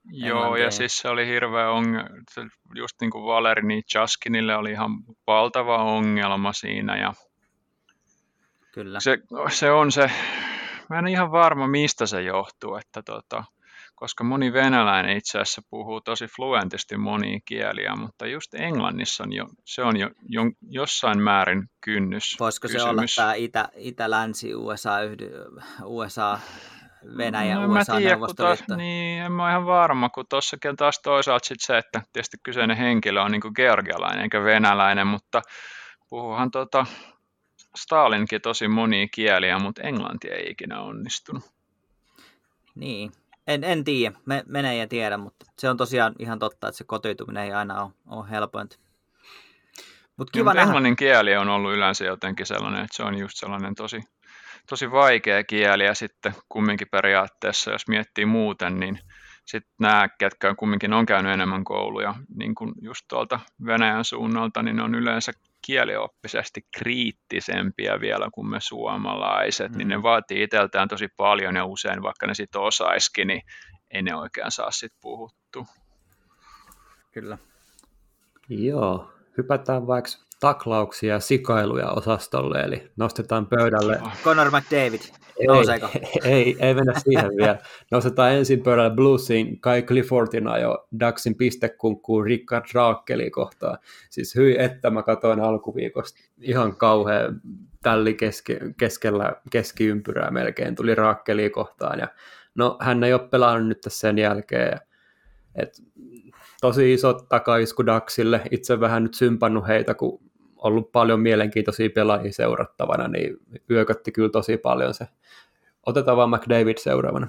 Joo, ja siis se oli hirveä ongelma, just niin kuin Valeri Nichushkinille oli ihan valtava ongelma siinä, ja Kyllä. Se, se on se, mä en ole ihan varma mistä se johtuu, että tota, koska moni venäläinen itse asiassa puhuu tosi fluentisti monia kieliä, mutta just Englannissa on jo, se on jo, jo jossain määrin kynnys. Voisiko kysymys. se olla tämä Itä, Itä-Länsi, U S A, U S A, Venäjä, no, U S A, Neuvostoliitto? Niin, en mä ole ihan varma, kun tuossakin taas toisaalta sit se, että tietysti kyseinen henkilö on niin kuin georgialainen eikä venäläinen, mutta puhuuhan tota Stalinkin tosi monia kieliä, mutta englanti ei ikinä onnistunut. Niin, en, en tiedä, Me, mene ja tiedä, mutta se on tosiaan ihan totta, että se kotiutuminen ei aina ole, ole helpointa. Mut kiva niin, nähdä. Englannin kieli on ollut yleensä jotenkin sellainen, että se on just sellainen tosi, tosi vaikea kieli, ja sitten kumminkin periaatteessa, jos miettii muuten, niin sitten nämä, ketkä kumminkin on käynyt enemmän kouluja, niin kuin just tuolta Venäjän suunnalta, niin ne on yleensä kielioppisesti kriittisempiä vielä kuin me suomalaiset, mm. niin ne vaatii itseltään tosi paljon, ja usein vaikka ne sitten osaisikin, niin ei ne oikein saa sitten puhuttua. Kyllä. Joo, hypätään vaikka taklauksia ja sikailuja osastolle, eli nostetaan pöydälle. Conor McDavid, nouseeko? Ei, ei, ei mennä siihen vielä. Nostetaan ensin pöydälle Bluesin Kai Cliffordin ajo Ducksin pistekunkkuun Rickard Rakeli kohtaan. Siis hyi, että mä katsoin alkuviikosta ihan kauhean tälli keske, keskellä keskiympyrää melkein tuli Rakeliin kohtaan. Ja no hän ei ole pelannut nyt tässä sen jälkeen. Et, tosi iso takaisku Ducksille. Itse vähän nyt sympannut heitä, kun ollut paljon mielenkiintoisia pelaajia seurattavana, niin yökötti kyllä tosi paljon se. Otetaan vaan McDavid seuraavana.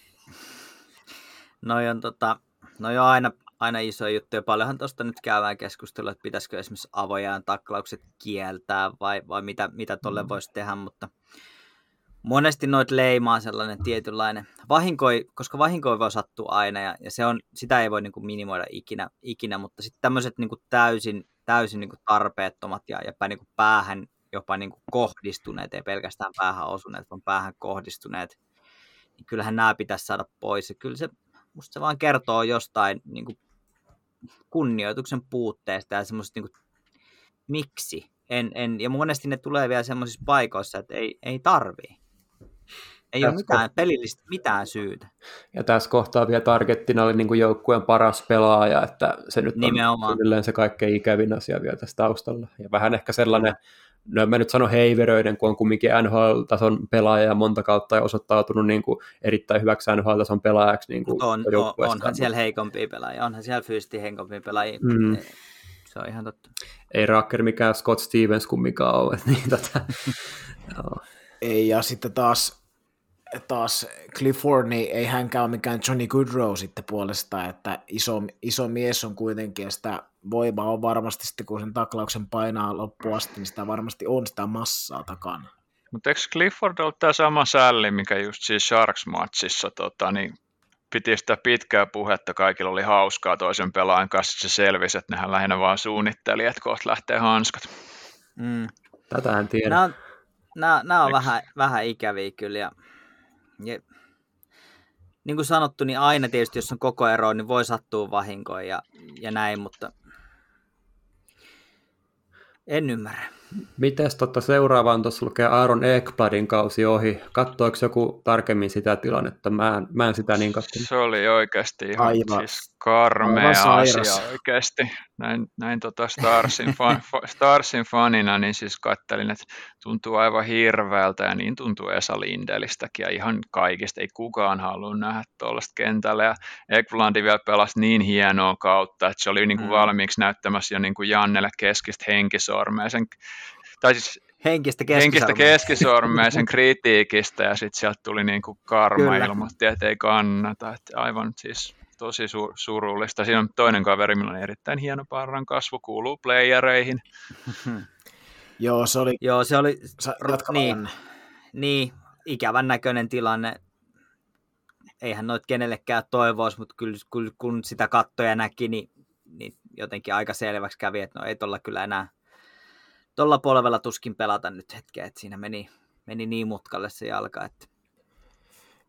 Noi on, tota, noi on aina, aina iso juttu, ja paljonhan tuosta nyt käydään keskustelua, että pitäisikö esimerkiksi avojaan taklaukset kieltää, vai, vai mitä, mitä tolle voisi tehdä, mutta monesti noit leimaa sellainen tietynlainen vahinkoi, koska vahinkoi voi sattua aina, ja, ja se on, sitä ei voi niin kuin minimoida ikinä, ikinä mutta sitten tämmöiset niin kuin täysin, täysin niin kuin tarpeettomat ja jopa niin kuin päähän jopa niin kuin kohdistuneet, ei pelkästään päähän osuneet, vaan päähän kohdistuneet, niin kyllähän nämä pitäisi saada pois, ja kyllä se, musta se vaan kertoo jostain niin kuin kunnioituksen puutteesta ja semmoisesta niin kuin, miksi, en, en, ja monesti ne tulee vielä semmoisissa paikoissa, että ei, ei tarvii. Ei tässä ole mitään ko- pelillistä, mitään syytä. Ja tässä kohtaa vielä targettina oli niin kuin joukkueen paras pelaaja, että se nyt nimenomaan on suunnilleen se kaikkein ikävin asia vielä tässä taustalla. Ja vähän ehkä sellainen, no mä nyt sano heiveröiden, kun on kumminkin N H L-tason pelaaja ja monta kautta osoittautunut niin kuin erittäin hyväksi N H L-tason pelaajaksi. Niin kuin on, on, onhan siellä heikompia pelaajia, onhan siellä fyysisesti heikompia pelaajia. Mm. Se on ihan totta. Ei Racker mikään Scott Stevens kumminkaan ole. Niin, tota, no. Ei, ja sitten taas, taas Clifford, niin ei hänkään ole mikään Johnny Goodrow sitten puolestaan, että iso, iso mies on kuitenkin, ja sitä voimaa on varmasti sitten, kun sen taklauksen painaa loppuun asti, niin sitä varmasti on sitä massaa takana. Mutta eikö Clifford ollut tämä sama sälli, mikä just siis Sharks-matsissa tota, niin piti sitä pitkää puhetta, kaikilla oli hauskaa toisen pelaajan kanssa, se selvisi, että nehän lähinnä vaan suunnitteli, että kohta lähtee hanskat. Mm. Tätä en tiedä. Nämä, nämä, nämä on vähän, vähän ikäviä kyllä, ja, ja niin kuin sanottu, niin aina tietysti, jos on koko ero, niin voi sattua vahinkoja ja, ja näin, mutta en ymmärrä. Mites totta seuraavaan tuossa lukee Aaron Ekbladin kausi ohi. Katsoiko joku tarkemmin sitä tilannetta? Mä en, mä en sitä niin katsonut. Se oli oikeasti ihan aivan, siis karmea asia oikeasti. Näin, näin tota Starsin, fan, Starsin fanina niin siis kattelin, että tuntuu aivan hirveältä ja niin tuntuu Esa Lindelistäkin ja ihan kaikista. Ei kukaan halua nähdä tuollaista kentällä ja Ekblad vielä pelasi niin hienoa kautta, että se oli niin kuin mm. valmiiksi näyttämässä jo niin kuin Jannelle keskistä henkisormea sen tai siis henkistä keskisormea, henkistä keskisormea sen kritiikistä, ja sitten sieltä tuli niin kuin karma ilmoitti, että ei kannata. Että aivan siis tosi sur- surullista. Siinä on toinen kaveri, millä on erittäin hieno parran kasvu, kuuluu playereihin. Joo, se oli, Joo, se oli niin, niin, ikävän näköinen tilanne. Eihän noit kenellekään toivoisi, mutta kyllä, kyllä kun sitä kattoja näki, niin, niin jotenkin aika selväksi kävi, että no ei tuolla kyllä enää tuolla polvella tuskin pelata nyt hetkeä, että siinä meni, meni niin mutkalle se jalka. Että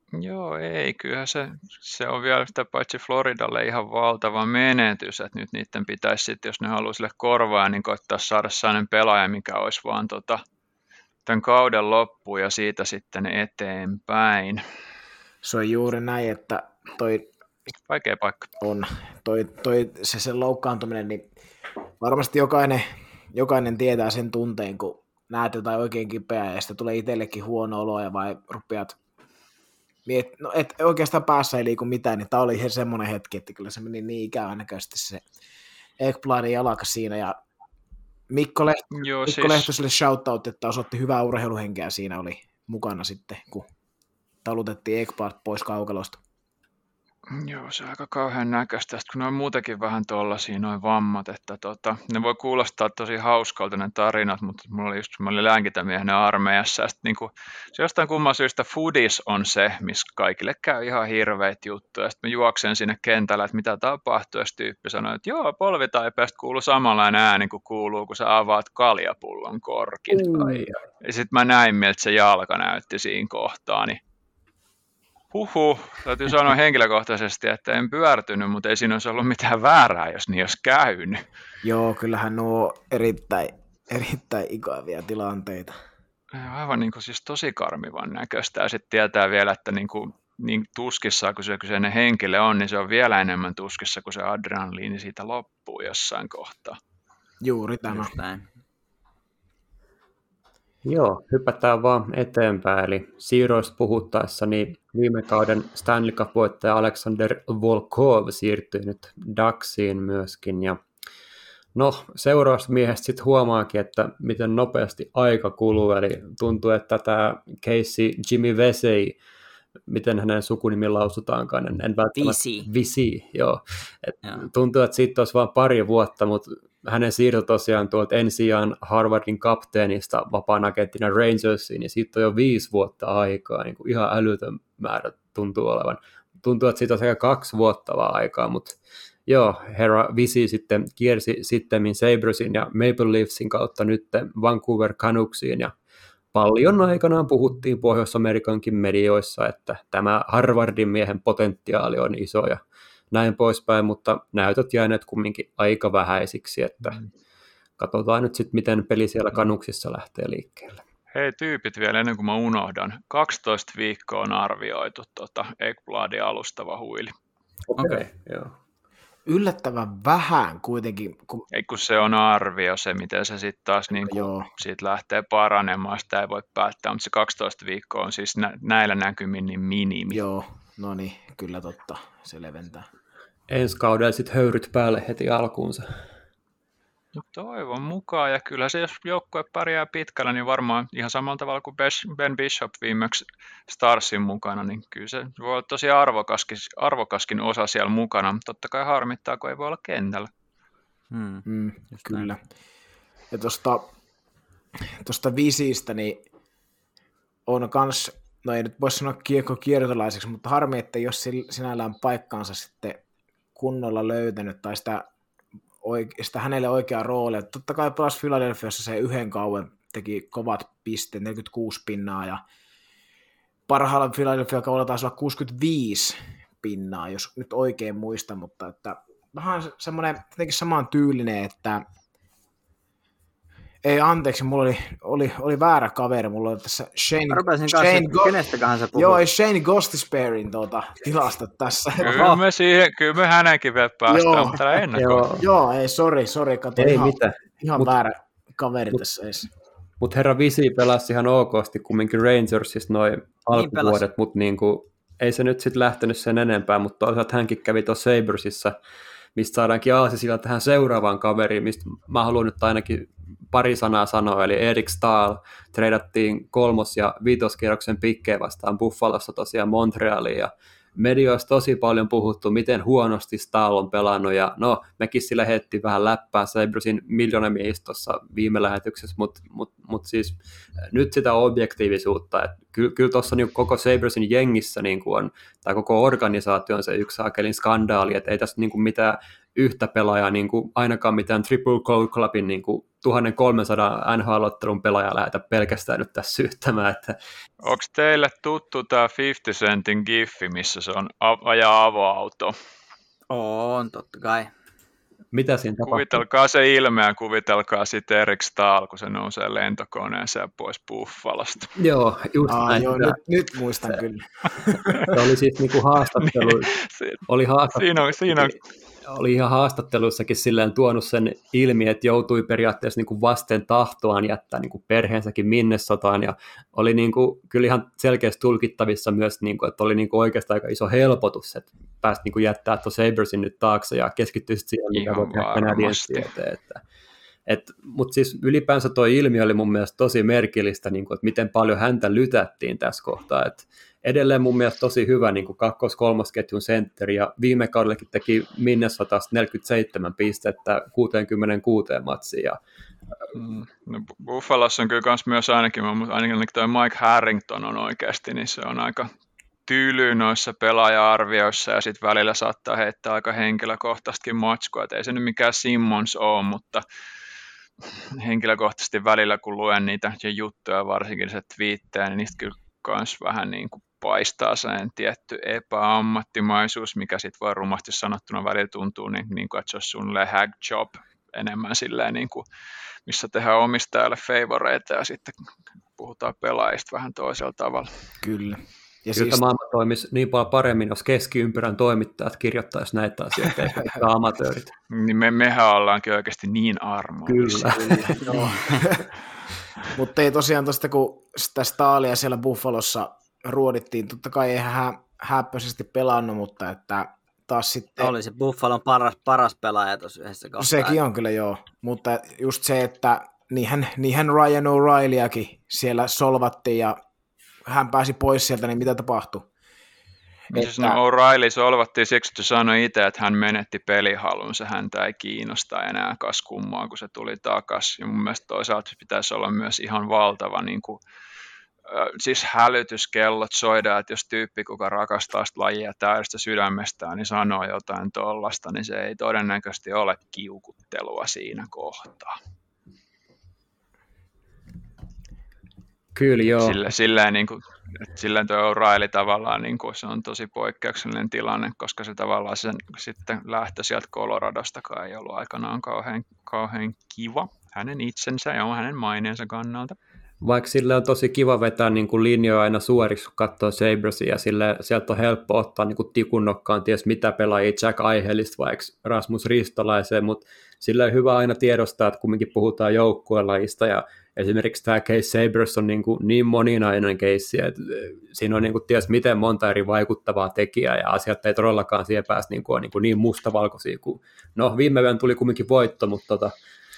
Joo, ei, kyllähän se, se on vielä sitä paitsi Floridalle ihan valtava menetys, että nyt niiden pitäisi sitten, jos ne haluaa sille korvaa, niin koittaa saada sellainen pelaaja, mikä olisi vaan tota, tämän kauden loppuun ja siitä sitten eteenpäin. Se on juuri näin, että toi vaikea paikka on, toi, toi se sen loukkaantuminen, niin varmasti jokainen, jokainen tietää sen tunteen, kun näet jotain oikein kipeää ja sitten tulee itsellekin huono olo ja vai rupeat miet, no et oikeastaan päässä ei liiku mitään, niin tämä oli ihan semmoinen hetki, että kyllä se meni niin ikävän näköisesti se Ekbladin jalka siinä ja Mikko, Lehto, Joo, Mikko siis... Lehtoselle shoutout, että osoitti hyvää urheiluhenkeä siinä oli mukana sitten, kun talutettiin Ekblad pois kaukalosta. Joo, se on aika kauhean näköistä, kun ne on muutenkin vähän tollaisia noin vammat, että tota, ne voi kuulostaa tosi hauskalta ne tarinat, mutta mulla oli just, mä olin lääkintämiehenä armeijassa, ja sitten niinku, se jostain kumman syystä foodis on se, missä kaikille käy ihan hirveitä juttuja, ja sitten mä juoksen sinne kentällä, että mitä tapahtuu, ja tyyppi sanoi, että joo, polvitaipeesta kuuluu samanlainen ääni kuin kuuluu, kun sä avaat kaljapullon korkin. Mm. Ja sitten mä näin, miltä se jalka näytti siinä kohtaa, niin huhhuh, täytyy sanoa henkilökohtaisesti, että en pyörtynyt, mutta ei siinä olisi ollut mitään väärää, jos niin olisi käynyt. Joo, kyllähän nuo erittäin, erittäin ikäviä tilanteita. Aivan niin kuin siis tosi karmivan näköistä. Ja sitten tietää vielä, että niin, kuin, niin tuskissa kun se kyseinen henkilö on, niin se on vielä enemmän tuskissa, kun se adrenaliini siitä loppuu jossain kohtaa. Juuri tämä. Joo, hypätään vaan eteenpäin. Eli siirroista puhuttaessa, niin viime kauden Stanley Cup-voittaja Alexander Volkov siirtyi nyt Ducksiin myöskin. Ja no, seuraavasta miehestä sitten huomaakin, että miten nopeasti aika kuluu. Eli tuntuu, että tämä Casey Jimmy Vesey, miten hänen sukunimi lausutaankaan, en, en välttämättä... Visi, joo. Et tuntuu, että siitä olisi vain pari vuotta, mutta hänen siirto tosiaan tuolta ensiaan Harvardin kapteenista vapaan agenttina Rangersiin, niin siitä on jo viisi vuotta aikaa, niin kuin ihan älytön määrä tuntuu olevan. Tuntuu, että siitä on sekä kaksi vuotta vaan aikaa, mutta joo, herra Visi sitten kiersi sittemmin Sabresin ja Maple Leafsin kautta nyt Vancouver Canucksiin, ja paljon aikanaan puhuttiin Pohjois-Amerikankin medioissa, että tämä Harvardin miehen potentiaali on iso ja näin poispäin, mutta näytöt jääneet kumminkin aika vähäisiksi, että katsotaan nyt sitten, miten peli siellä Canucksissa lähtee liikkeelle. Hei tyypit vielä ennen kuin mä unohdan, kaksitoista viikkoa on arvioitu tota Ekbladin alustava huili. Okei, okay, joo. Yllättävän vähän kuitenkin. Kun... Ei kun se on arvio, se miten se sitten taas niin kuin, siitä lähtee paranemaan, sitä ei voi päättää, mutta se kaksitoista viikkoa on siis nä- näillä näkymin niin minimi. Joo, no niin, kyllä totta, se leventää. Ensi kaudella sitten höyryt päälle heti alkuunsa. No toivon mukaan, ja kyllä se jos joukkue pärjää pitkällä, niin varmaan ihan samalla tavalla kuin Ben Bishop viimeksi Starsin mukana, niin kyllä se voi olla tosi arvokaskin, arvokaskin osa siellä mukana, mutta totta kai harmittaa, kun ei voi olla kentällä. Hmm, mm, kyllä. Näin. Ja tuosta tosta Visistä, niin on kans, no ei nyt voi sanoa kiekko kiertolaiseksi, mutta harmi, että jos sinällään paikkaansa sitten kunnolla löytänyt tai sitä sitä hänelle oikeaa roolia. Totta kai pelasi Philadelphiassa se yhden kauan, teki kovat pisteet, neljäkymmentäkuusi pinnaa, ja parhaalla Philadelphia kaudella taisi olla kuusikymmentäviisi pinnaa, jos nyt oikein muista, mutta että vähän semmoinen jotenkin saman tyylinen, että ei anteeksi, mulla oli, oli, oli väärä kaveri, mulla oli tässä Shane, Shane, Go- kenestäköhän sä puhut? Joo, Shane Gostisbeherin tuota, tilasta tässä. Kyllä me, siihen, kyllä me hänenkin vielä päästään, mutta täällä ennakkoon. Joo, ei, sori, sori, kato ei ihan, mitään. ihan mut, väärä kaveri mut, tässä edes. Mutta herra Visi pelasi ihan okosti kumminkin Rangersissa noin alkuvuodet, niin mutta niinku, ei se nyt sitten lähtenyt sen enempää, mutta toisaalta hänkin kävi tuossa Sabresissa, mistä saadaankin aasisilla tähän seuraavaan kaveriin, mistä mä haluan nyt ainakin pari sanaa sanoa, eli Erik Stahl treidattiin kolmos- ja viitoskierroksen pikkeen vastaan Buffalossa tosiaan Montrealiin, ja medioissa tosi paljon puhuttu, miten huonosti Stahl on pelannut, ja no, mekin sillä hetti vähän läppää Sabresin miljoonamiehistössä viime lähetyksessä, mutta mut, mut siis nyt sitä objektiivisuutta, että ky- kyllä tuossa niin koko Sabresin jengissä niin on, tai koko organisaatio on se yksi akelin skandaali, että ei tässä niin mitään yhtä pelaajaa, niin kuin ainakaan mitään Triple Gold Clubin niin kuin tuhatkolmesataa N H L-ottelun pelaajaa lähetä pelkästään nyt tässä syyttämään. Että... Onko teille tuttu tämä viisikymmentä sentin giffi, missä se on ajaa avoauto? On, totta kai. Mitä siinä tapahtuu? Kuvitelkaa se ilme ja kuvitelkaa sitten Erik Stahl, kun se nousee lentokoneeseen pois Buffalosta. Joo, just Aa, näin. joo, nyt, nyt muistan se, kyllä. Se oli siis niinku haastattelu. niin, oli haastattelu. Siinä on, siinä on. Oli ihan haastattelussakin silleen tuonut sen ilmi, että joutui periaatteessa niin kuin vasten tahtoaan jättää niin kuin perheensäkin Minnesotaan, ja oli niin kuin, kyllä ihan selkeästi tulkittavissa myös, niin kuin, että oli niin kuin oikeastaan aika iso helpotus, että pääsi niin kuin jättää tuon Sabresin nyt taakse ja keskittyä siihen, mitä voi tehdä Canadiensin eteen. Että, et, mutta siis ylipäänsä tuo ilmiö oli mun mielestä tosi merkillistä, niin kuin, että miten paljon häntä lytättiin tässä kohtaa, että edelleen mun mielestä tosi hyvä niin kuin kakkos-kolmosketjun sentteri, ja viime kaudellakin teki Minnesotasta neljäkymmentäseitsemän pistettä kuusikymmentäkuusi matsiin. Ja... Mm. No, Buffalossa on kyllä myös ainakin, ainakin toi Mike Harrington on oikeasti, niin se on aika tyly noissa pelaaja-arvioissa, ja sitten välillä saattaa heittää aika henkilökohtaistakin matskua, että ei se nyt mikään Simmons ole, mutta henkilökohtaisesti välillä, kun luen niitä juttuja, varsinkin se twiittejä, niin niistä kyllä kans vähän niin kuin paistaa sellainen tietty epäammattimaisuus, mikä sitten voi rumasti sanottuna välillä tuntuu, niin, niin kuin, että se olisi suunnilleen hack job enemmän silleen, niin kuin, missä tehdään omistajalle favoreita ja sitten puhutaan pelaajista vähän toisella tavalla. Kyllä. Ja Kyllä siis... maailma toimisi niin paljon paremmin, jos keskiympyrän toimittajat kirjoittaisi näitä asioita, eikä amatöörit. Niin me, mehän ollaankin oikeasti niin armollisia. Kyllä. Mutta ei tosiaan tuosta, kun sitä Stahlia siellä Buffalossa ruodittiin, totta kai eihän hä- häppöisesti pelannut, mutta että taas sitten... Oli se Buffalon paras, paras pelaaja tuossa yhdessä kohtaa. Sekin on kyllä joo, mutta just se, että niinhän, niinhän Ryan O'Reillyakin siellä solvattiin ja hän pääsi pois sieltä, niin mitä tapahtui? Että... No O'Reilly solvattiin siksi, että sanoi itse, että hän menetti pelihalunsa, häntä ei kiinnosta enää kas kummaa, kun se tuli takaisin. Ja mun mielestä toisaalta pitäisi olla myös ihan valtava niin kuin, äh, siis hälytyskellot soida, että jos tyyppi, kuka rakastaa sitä lajia täydestä sydämestään, niin sanoo jotain tollasta, niin se ei todennäköisesti ole kiukuttelua siinä kohtaa. Kyllä joo. Sillä, silleen, niin kuin, silleen tuo O'Reilly tavallaan niin kuin, se on tosi poikkeuksellinen tilanne, koska se tavallaan sen sitten lähtö sieltä Coloradostakaan ei ollut aikanaan kauhean, kauhean kiva hänen itsensä ja hänen maineensa kannalta. Vaikka sille on tosi kiva vetää niin kuin linjoja aina suoriksi, kun katsoo Sabresia, ja sille, sieltä on helppo ottaa niin kuin tikunnokkaan ties mitä pelaajia Jack Eihelistä vaikka Rasmus Ristolaiseen, mutta sillä on hyvä aina tiedostaa, että kumminkin puhutaan joukkuelajista, ja esimerkiksi tämä case Sabres on niin, kuin niin moninainen case, että siinä on niin kuin ties miten monta eri vaikuttavaa tekijää, ja asiat ei todellakaan siihen pääse niin, kuin, niin, kuin niin mustavalkoisia kuin, no viime yön tuli kumminkin voitto, mutta tota...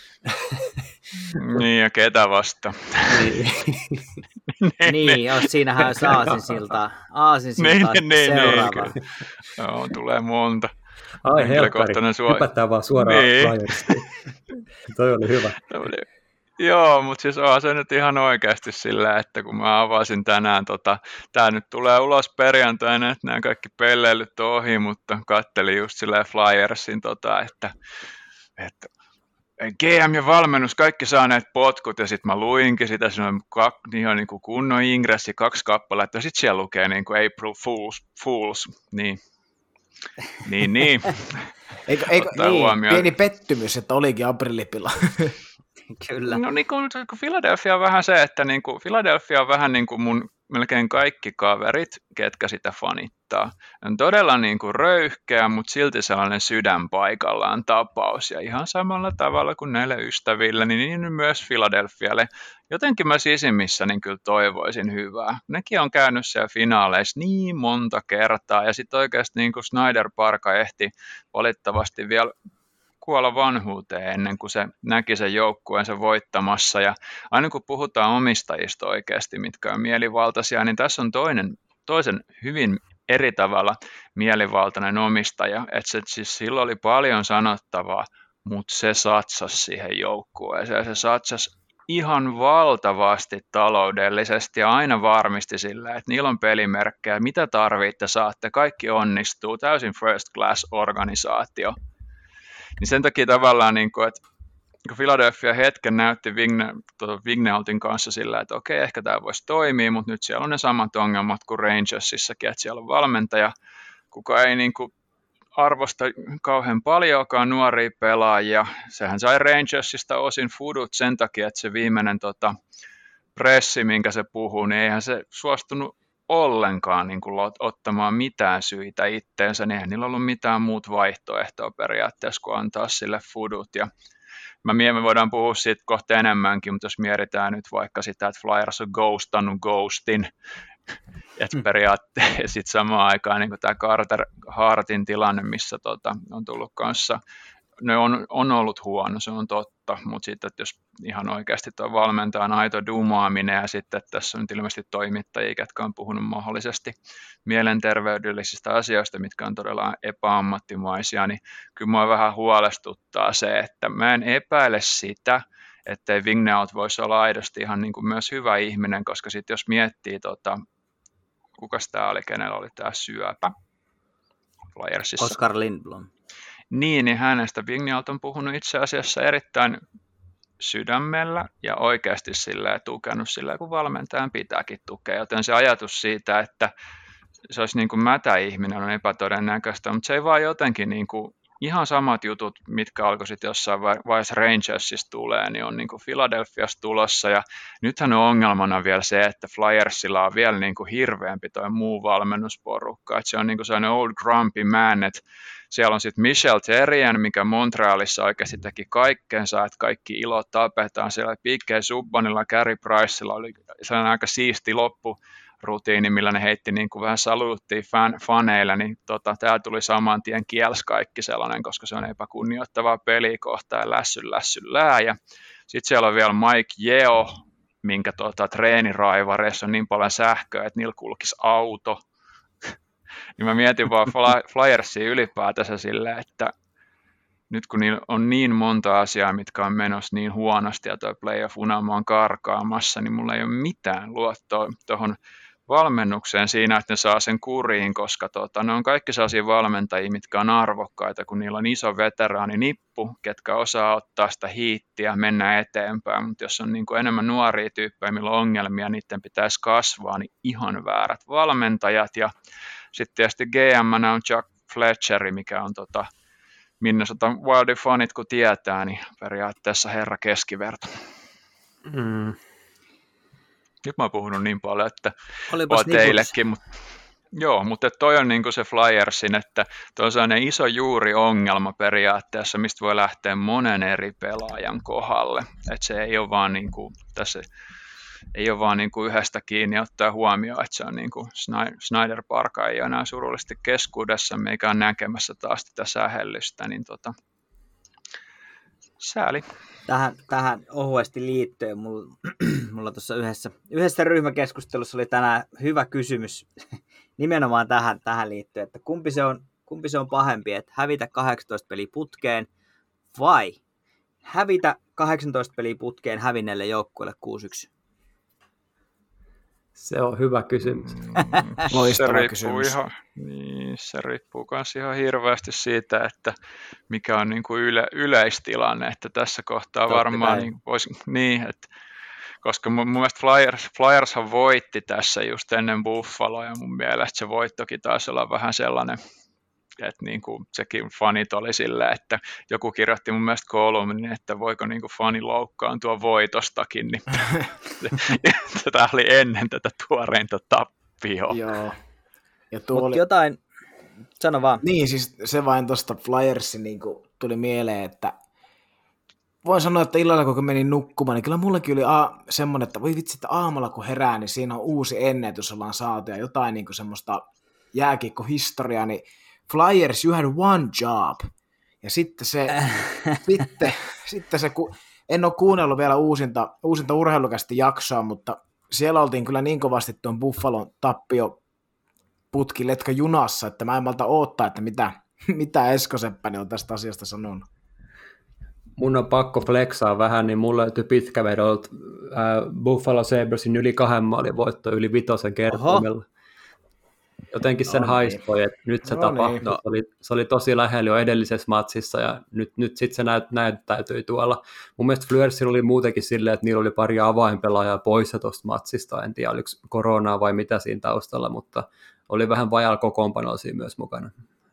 Niin, ja ketä vasta. Niin, niin jos siinähän olisi aasinsiltaa, aasinsiltaa niin, niin, seuraava. Niin, joo, tulee monta. Ai helkkari, suo... hypätään vaan suoraan niin. Flyersiin. Toi oli hyvä. Joo, mutta siis on se nyt ihan oikeasti sillä, että kun mä avasin tänään, tota, tää nyt tulee ulos perjantaina, että nämä kaikki pelleilyt on ohi, mutta kattelin just silleen Flyersin, tota, että, että G M ja valmennus, kaikki saaneet potkut, ja sitten mä luinkin sitä, se on kak, ihan niin kuin kunnon ingressi, kaksi kappaletta, ja sitten siellä lukee niin kuin April Fools, Fools. niin, niin, niin. Eikö, eikö niin, pieni pettymys, että olikin aprillipila. Kyllä. No niin kuin, kun Philadelphia on vähän se, että niin kuin, Philadelphia on vähän niin kuin mun melkein kaikki kaverit, ketkä sitä fanittaa. On todella niin kuin röyhkeä, mutta silti sellainen sydän paikallaan tapaus. Ja ihan samalla tavalla kuin näille ystäville, niin, niin myös Philadelphialle. Jotenkin mä sisimmissä niin kyllä toivoisin hyvää. Nekin on käynyt siellä finaaleissa niin monta kertaa. Ja sitten oikeasti niin kuin Snyder Parka ehti valittavasti vielä kuolla vanhuuteen ennen kuin se näki sen joukkueensa voittamassa. Ja aina kun puhutaan omistajista oikeasti, mitkä on mielivaltaisia, niin tässä on toinen, toisen hyvin eri tavalla mielivaltainen omistaja. Että se, siis sillä oli paljon sanottavaa, mutta se satsasi siihen joukkueeseen. Se satsasi ihan valtavasti taloudellisesti ja aina varmisti sillä, että niillä on pelimerkkejä, mitä tarvitte, saatte, kaikki onnistuu, täysin first class organisaatio. Niin sen takia tavallaan, niin kuin, että kun Philadelphia hetken näytti Vigne, tuota Vigneaultin kanssa sillä, että okei, ehkä tämä voisi toimia, mutta nyt siellä on ne samat ongelmat kuin Rangersissakin, että siellä on valmentaja, kuka ei niin kuin arvosta kauhean paljonkaan nuoria pelaajia. Sehän sai Rangersista osin fudut sen takia, että se viimeinen tota, pressi, minkä se puhuu, niin eihän se suostunut ollenkaan niin kuin ottamaan mitään syitä itteensä, niin eihän niillä ollut mitään muut vaihtoehtoa periaatteessa kuin antaa sille fudut. Ja mä mietin, me voidaan puhua siitä kohta enemmänkin, mutta jos mietitään nyt vaikka sitä, että Flyers on ghostannut ghostin, että periaatteessa sitten samaan aikaan niin tämä Carter Hartin tilanne, missä tota, on tullut kanssa, ne on, on ollut huono, se on totta, mutta sitten että jos ihan oikeasti tuo valmentaja on aito dumaaminen ja sitten tässä on ilmeisesti toimittajia, jotka on puhunut mahdollisesti mielenterveydellisistä asioista, mitkä on todella epäammattimaisia, niin kyllä minua vähän huolestuttaa se, että mä en epäile sitä, ettei Vigneault voisi olla aidosti ihan niin kuin myös hyvä ihminen, koska sitten jos miettii, tota, kukas tämä oli, kenellä oli tämä syöpä Flyersissa. Oskar Lindblom. Niin, niin hänestä Vigneault on puhunut itse asiassa erittäin sydämellä ja oikeasti sillä tukenut sillä, kun valmentajan pitääkin tukea. Joten se ajatus siitä, että se olisi niin kuin mätä ihminen on epätodennäköistä, mutta se ei vaan jotenkin niin kuin ihan samat jutut, mitkä alkoi sitten jossain vaiheessa Rangersissa tulee, niin on niin kuin Philadelphiassa tulossa. Ja nythän on ongelmana vielä se, että Flyersilla on vielä niin kuin hirveämpi toi muu valmennusporukka. Että se on niin kuin sellainen old grumpy man, että siellä on sitten Michel Therrien, mikä Montrealissa oikeasti teki kaikkensa, että kaikki ilot tapetaan. Siellä P K Subbanilla, Carey Pricella oli sellainen aika siisti loppu-rutiini, millä ne heitti niin kuin vähän saluuttia fan, faneille, niin tota, täällä tuli saman tien kiels kaikki sellainen, koska se on epäkunnioittavaa pelikohtaa ja lässy lässy lää. Ja sitten siellä on vielä Mike Yeo, minkä tota, treeniraivareissa on niin paljon sähköä, että niillä kulkisi auto. Niin mä mietin vaan Flyersia ylipäätänsä silleen, että nyt kun niillä on niin monta asiaa, mitkä on menossa niin huonosti ja tuo playoff-unelma on karkaamassa, niin mulla ei ole mitään luottoa tuohon valmennukseen siinä, että ne saa sen kuriin, koska tota, ne on kaikki sellaisia valmentajia, mitkä on arvokkaita, kun niillä on iso veteraaninippu, ketkä osaa ottaa sitä hiittiä, mennä eteenpäin, mutta jos on niin kuin enemmän nuoria tyyppejä, millä on ongelmia, niiden pitäisi kasvaa, niin ihan väärät valmentajat. Ja sitten tietysti G M:nä on Chuck Fletcheri, mikä on tota, Minnesota Wildin fanit, kun tietää, niin periaatteessa herra keskiverto. Mm. Nyt mä oon puhunut niin paljon, että olipas teillekin, mutta joo, mutta toi on niin kuin se Flyersin, että toi on sellainen iso juuri ongelma periaatteessa, mistä voi lähteä monen eri pelaajan kohdalle, että se ei ole vaan niin kuin, tässä ei ole vaan niin kuin yhdestä kiinni ottaa huomioon, että se on niin kuin Snyder Parka ei ole enää surullisesti keskuudessa, meikä on näkemässä taas tätä sähellystä, niin tota, sääli. Tähän, tähän ohuesti liittyen, mulla, mulla tuossa yhdessä, yhdessä ryhmäkeskustelussa oli tänään hyvä kysymys nimenomaan tähän, tähän liittyen, että kumpi se, on, kumpi se on pahempi, että hävitä kahdeksantoista peliä putkeen vai hävitä kahdeksantoista peliä putkeen hävinneelle joukkueelle kuusi yksi? Se on hyvä kysymys. Mm, se riippuu kysymys. Ihan, niin, se riippuu myös ihan hirveästi siitä, että mikä on niin kuin yle, yleistilanne, että tässä kohtaa Totti varmaan niin voisi, niin, että koska mun, mun mielestä Flyers, Flyershan voitti tässä just ennen Buffaloa ja mun mielestä se voittokin taisi olla vähän sellainen, että niin kuin sekin fanit oli silleen, että joku kirjoitti mun mielestä kolumnin, että voiko niin kuin fani loukkaantua voitostakin, niin tätä oli ennen tätä tuoreinta tappioa. Joo. Mutta oli... jotain, sano vaan. Niin, siis se vain tuosta Flyersin niin tuli mieleen, että voin sanoa, että illalla kun menin nukkumaan, niin kyllä mullakin oli a- semmoinen, että voi vitsi, että aamulla kun herää, niin siinä on uusi ennätys ollaan saatu ja jotain niin kuin semmoista jääkiekkohistoriaa, niin Flyers, you had one job. Ja sitten se, sitten, sitten se, ku, en ole kuunnellut vielä uusinta, uusinta urheilukästi jaksoa, mutta siellä oltiin kyllä niin kovasti tuon Buffalon tappio putkiletka junassa, että mä en malta odottaa, että mitä, mitä Esko Seppänen on tästä asiasta sanonut. Mun on pakko flexaa vähän, niin mulla löytyy pitkävedolta äh, Buffalo Sabresin yli kahden maalin voitto yli vitosen kertoimella. jotenkin sen no, haispoi, että nyt se no, tapahtui. Niin. Se, oli, se oli tosi lähellä jo edellisessä matsissa ja nyt, nyt sitten se näyt, näyttäytyi tuolla. Mun mielestä Fleursilla oli muutenkin silleen, että niillä oli pari avainpelaajaa poissa tuosta matsista. En tiedä, oliko koronaa vai mitä siinä taustalla, mutta oli vähän vajalla kokoonpanoa siinä myös mukana.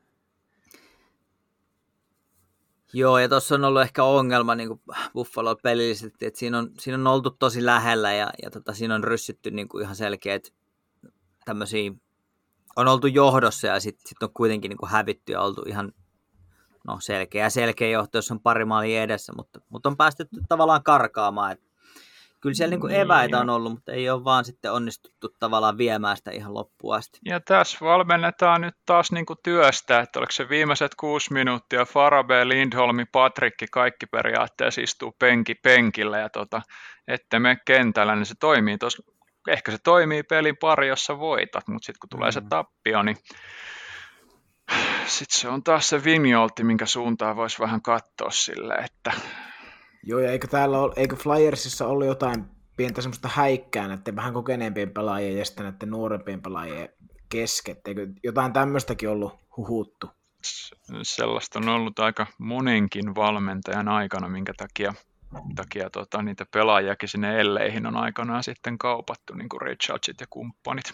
Joo, ja tuossa on ollut ehkä ongelma niin kuin Buffalo pelillisesti, että siinä on, siinä on oltu tosi lähellä ja, ja tota, siinä on ryssytty niin kuin ihan selkeät tämmöisiä, on oltu johdossa ja sitten sit on kuitenkin niin kuin hävitty ja oltu ihan no, selkeä selkeä johto, jos on pari maalia edessä, mutta, mutta on päästetty tavallaan karkaamaan. Et kyllä siellä niin kuin eväitä on ollut, mutta ei ole vaan sitten onnistuttu tavallaan viemään sitä ihan loppuun asti. Ja tässä valmennetaan nyt taas niin kuin työstä, että oliko se viimeiset kuusi minuuttia, Farabe, Lindholmi, Patrikki, kaikki periaatteessa istuu penki penkillä ja tota, ette mene kentällä, niin se toimii tuossa. Ehkä se toimii pelin pari, jossa voitat, mutta sitten kun tulee se tappio, niin sitten se on taas se vinjolti, minkä suuntaan voisi vähän katsoa silleen, että... Joo, ja eikö täällä ole, eikö Flyersissa ollut jotain pientä semmoista häikkää näiden vähän kokeneempien pelaajien ja sitten näiden nuorempien pelaajien kesken? Eikö jotain tämmöistäkin ollut huhuttu? Sellaista on ollut aika monenkin valmentajan aikana, minkä takia... takia tota, niitä pelaajakin sinne elleihin on aikanaan sitten kaupattu, niin kuin Richardsit ja kumppanit.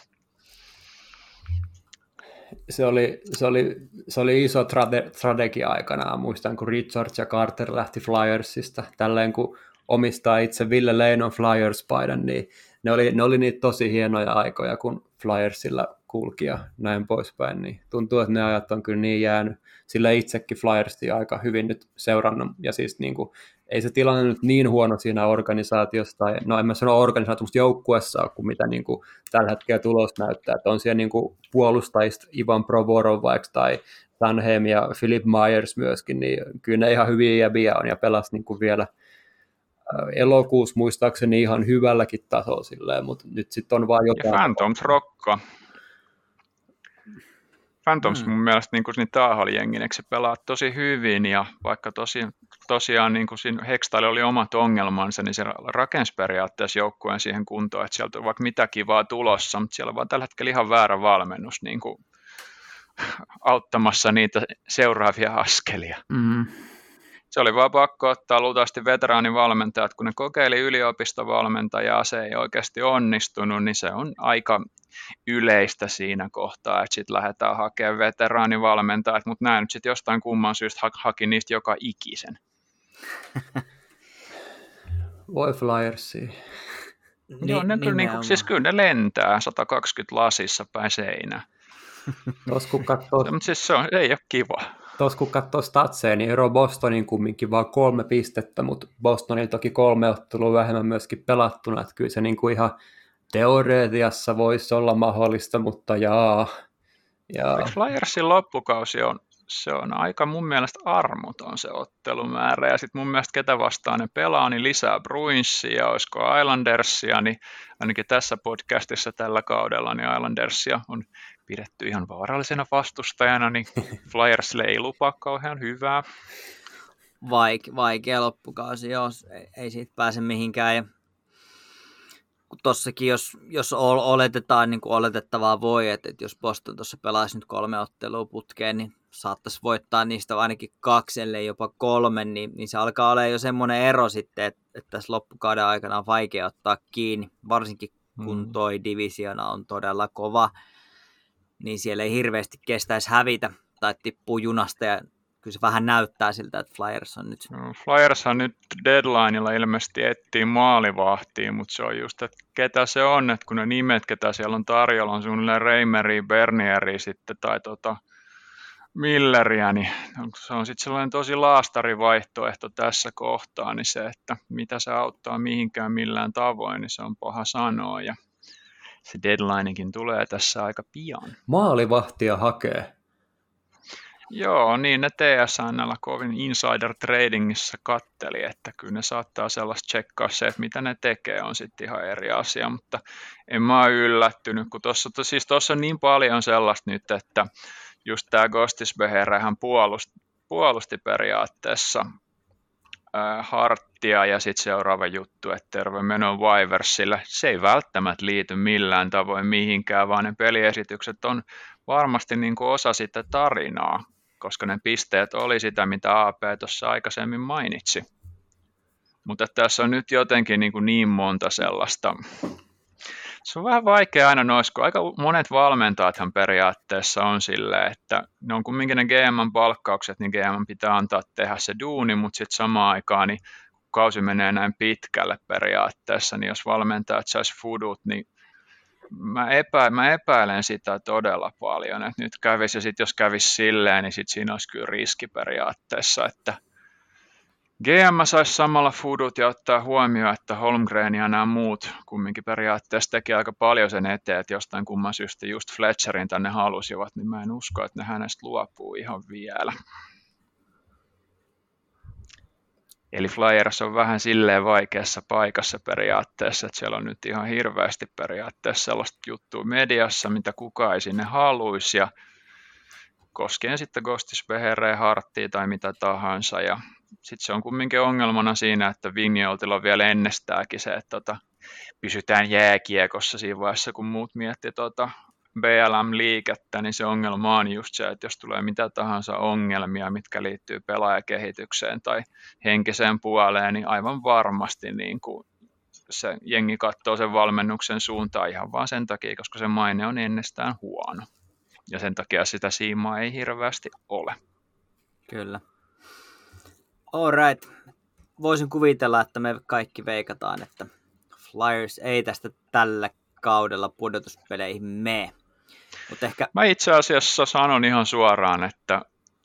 Se oli, se oli, se oli iso trade, strategia aikanaan. Muistan, kun Richards ja Carter lähti Flyersista. Tälleen, kun omistaa itse Ville Leinon Flyers-paidan, niin ne oli, ne oli niitä tosi hienoja aikoja, kun Flyersilla kulki ja näin poispäin. Niin tuntuu, että ne ajat on kyllä niin jäänyt. Sillä itsekin Flyersia aika hyvin nyt seurannut. Ja siis niin kuin, ei se tilanne nyt niin huono siinä organisaatiossa, tai no en mä sano organisaatiossa, mutta joukkuessa kuin mitä niin kuin tällä hetkellä tulos näyttää, että on siellä niin kuin puolustajista Ivan Provorov vaikka tai Sanheim ja Philip Myers myöskin, niin kyllä ne ihan hyviä jäbiä on ja pelasi niin kuin vielä elokuussa muistaakseni ihan hyvälläkin tasolla silleen, mutta nyt sitten on vaan jotain. Ja Phantoms rokka. Phantoms hmm. mun mielestä niin kuin niitä A H L-jengin, eikö se pelaa tosi hyvin ja vaikka tosi, tosiaan niin kuin siinä Hextall oli omat ongelmansa, niin se rakensi periaatteessa joukkueen siihen kuntoon, että sieltä on vaikka mitä kivaa tulossa, mutta siellä on vaan tällä hetkellä ihan väärä valmennus niin kuin auttamassa niitä seuraavia askelia. Hmm. Se oli vaan pakko ottaa luultavasti veteraanivalmentajat, kun ne kokeili yliopistovalmentajaa, se ei oikeasti onnistunut, niin se on aika yleistä siinä kohtaa, että sitten lähdetään hakemaan veteraanivalmentajat, mutta nämä nyt sitten jostain kumman syystä ha- haki niistä joka ikisen. Voi Flyersia. Joo, ne kyllä, niinku, siis kyllä ne lentää sata kaksikymmentä lasissa päin seinään. Tuossa kun katsoo... Mutta siis se on, ei ole kiva. Tuossa kun katsoo statseja, niin ero Bostonin kumminkin vaan kolme pistettä, mutta Bostonilla toki kolme ottelua vähemmän myöskin pelattuna, että kyllä se niin kuin ihan teoreetiassa voisi olla mahdollista, mutta jaa. jaa. Flyersin loppukausi on, se on aika mun mielestä armoton se ottelumäärä, ja sitten mun mielestä ketä vastaan ne pelaa, niin lisää Bruinsia, olisiko Islandersia, niin ainakin tässä podcastissa tällä kaudella, niin Islandersia on pidetty ihan vaarallisena vastustajana, niin Flyersille ei lupaa kauhean hyvää. Vaike, vaikea loppukausi, jos ei, ei siitä pääse mihinkään. Ja tossakin, jos, jos oletetaan, niin kuin oletettavaa voi, että, että jos Boston tuossa pelaisi nyt kolme ottelua putkeen, niin saattaisi voittaa niistä ainakin kaksi, ellei jopa kolme, niin, niin se alkaa olla jo semmoinen ero sitten, että, että tässä loppukauden aikana on vaikea ottaa kiinni, varsinkin kun toi divisiona on todella kova, niin siellä ei hirveästi kestäisi hävitä tai tippuu junasta, ja kyllä se vähän näyttää siltä, että Flyers on nyt... No, Flyers on nyt deadlineilla ilmeisesti etsii maalivahtia, mutta se on just, että ketä se on, että kun ne nimet, ketä siellä on tarjolla, on suunnilleen Reimeria, Bernieria sitten, tai tota Milleriä, niin se on sitten sellainen tosi laastarivaihtoehto tässä kohtaa, niin se, että mitä se auttaa mihinkään millään tavoin, niin se on paha sanoa, ja se deadlinekin tulee tässä aika pian. Maalivahtia hakee. Joo, niin ne T S N:llä kovin insider tradingissa katteli, että kyllä ne saattaa sellaista tsekkaa se, että mitä ne tekee, on sitten ihan eri asia, mutta en mä ole yllättynyt, kun tuossa siis tuossa on niin paljon sellaista nyt, että just tämä Gostisbehere hän puolusti, puolusti periaatteessa äh, Harttia ja sitten seuraava juttu, että terve meno Wyversille. Se ei välttämättä liity millään tavoin mihinkään, vaan ne peliesitykset on varmasti niin kuin osa sitä tarinaa, koska ne pisteet oli sitä, mitä A P tuossa aikaisemmin mainitsi. Mutta tässä on nyt jotenkin niin, kuin niin monta sellaista. Se on vähän vaikea aina noissa, kun aika monet valmentajathan periaatteessa on silleen, että ne on kumminkin ne G M-palkkaukset, niin G M pitää antaa tehdä se duuni, mutta sitten samaan aikaan niin kun kausi menee näin pitkälle periaatteessa, niin jos valmentajat sais fudut, niin mä, epä, mä epäilen sitä todella paljon, että nyt kävisi ja sitten jos kävisi silleen, niin sitten siinä olisi kyllä riski periaatteessa, että G M saisi samalla fudut ja ottaa huomioon, että Holmgren ja nämä muut kumminkin periaatteessa teki aika paljon sen eteen, että jostain kumman syystä just Fletcherin tänne halusivat, niin mä en usko, että ne hänestä luopuu ihan vielä. Eli Flyers on vähän silleen vaikeassa paikassa periaatteessa, että siellä on nyt ihan hirveästi periaatteessa sellaista juttua mediassa, mitä kukaan ei sinne haluaisi, ja koskien sitten Gostisbehere, Harttia tai mitä tahansa, ja sitten se on kumminkin ongelmana siinä, että Vignoltilla on vielä ennestääkin se, että tota, pysytään jääkiekossa siinä vaiheessa, kun muut miettii tota B L M-liikettä, niin se ongelma on just se, että jos tulee mitä tahansa ongelmia, mitkä liittyy pelaajakehitykseen tai henkiseen puoleen, niin aivan varmasti niin kuin se jengi katsoo sen valmennuksen suuntaan ihan vaan sen takia, koska se maine on ennestään huono. Ja sen takia sitä siimaa ei hirveästi ole. Kyllä. All right. Voisin kuvitella, että me kaikki veikataan, että Flyers ei tästä tällä kaudella pudotuspeleihin mene. Mut ehkä... Mä itse asiassa sanon ihan suoraan, että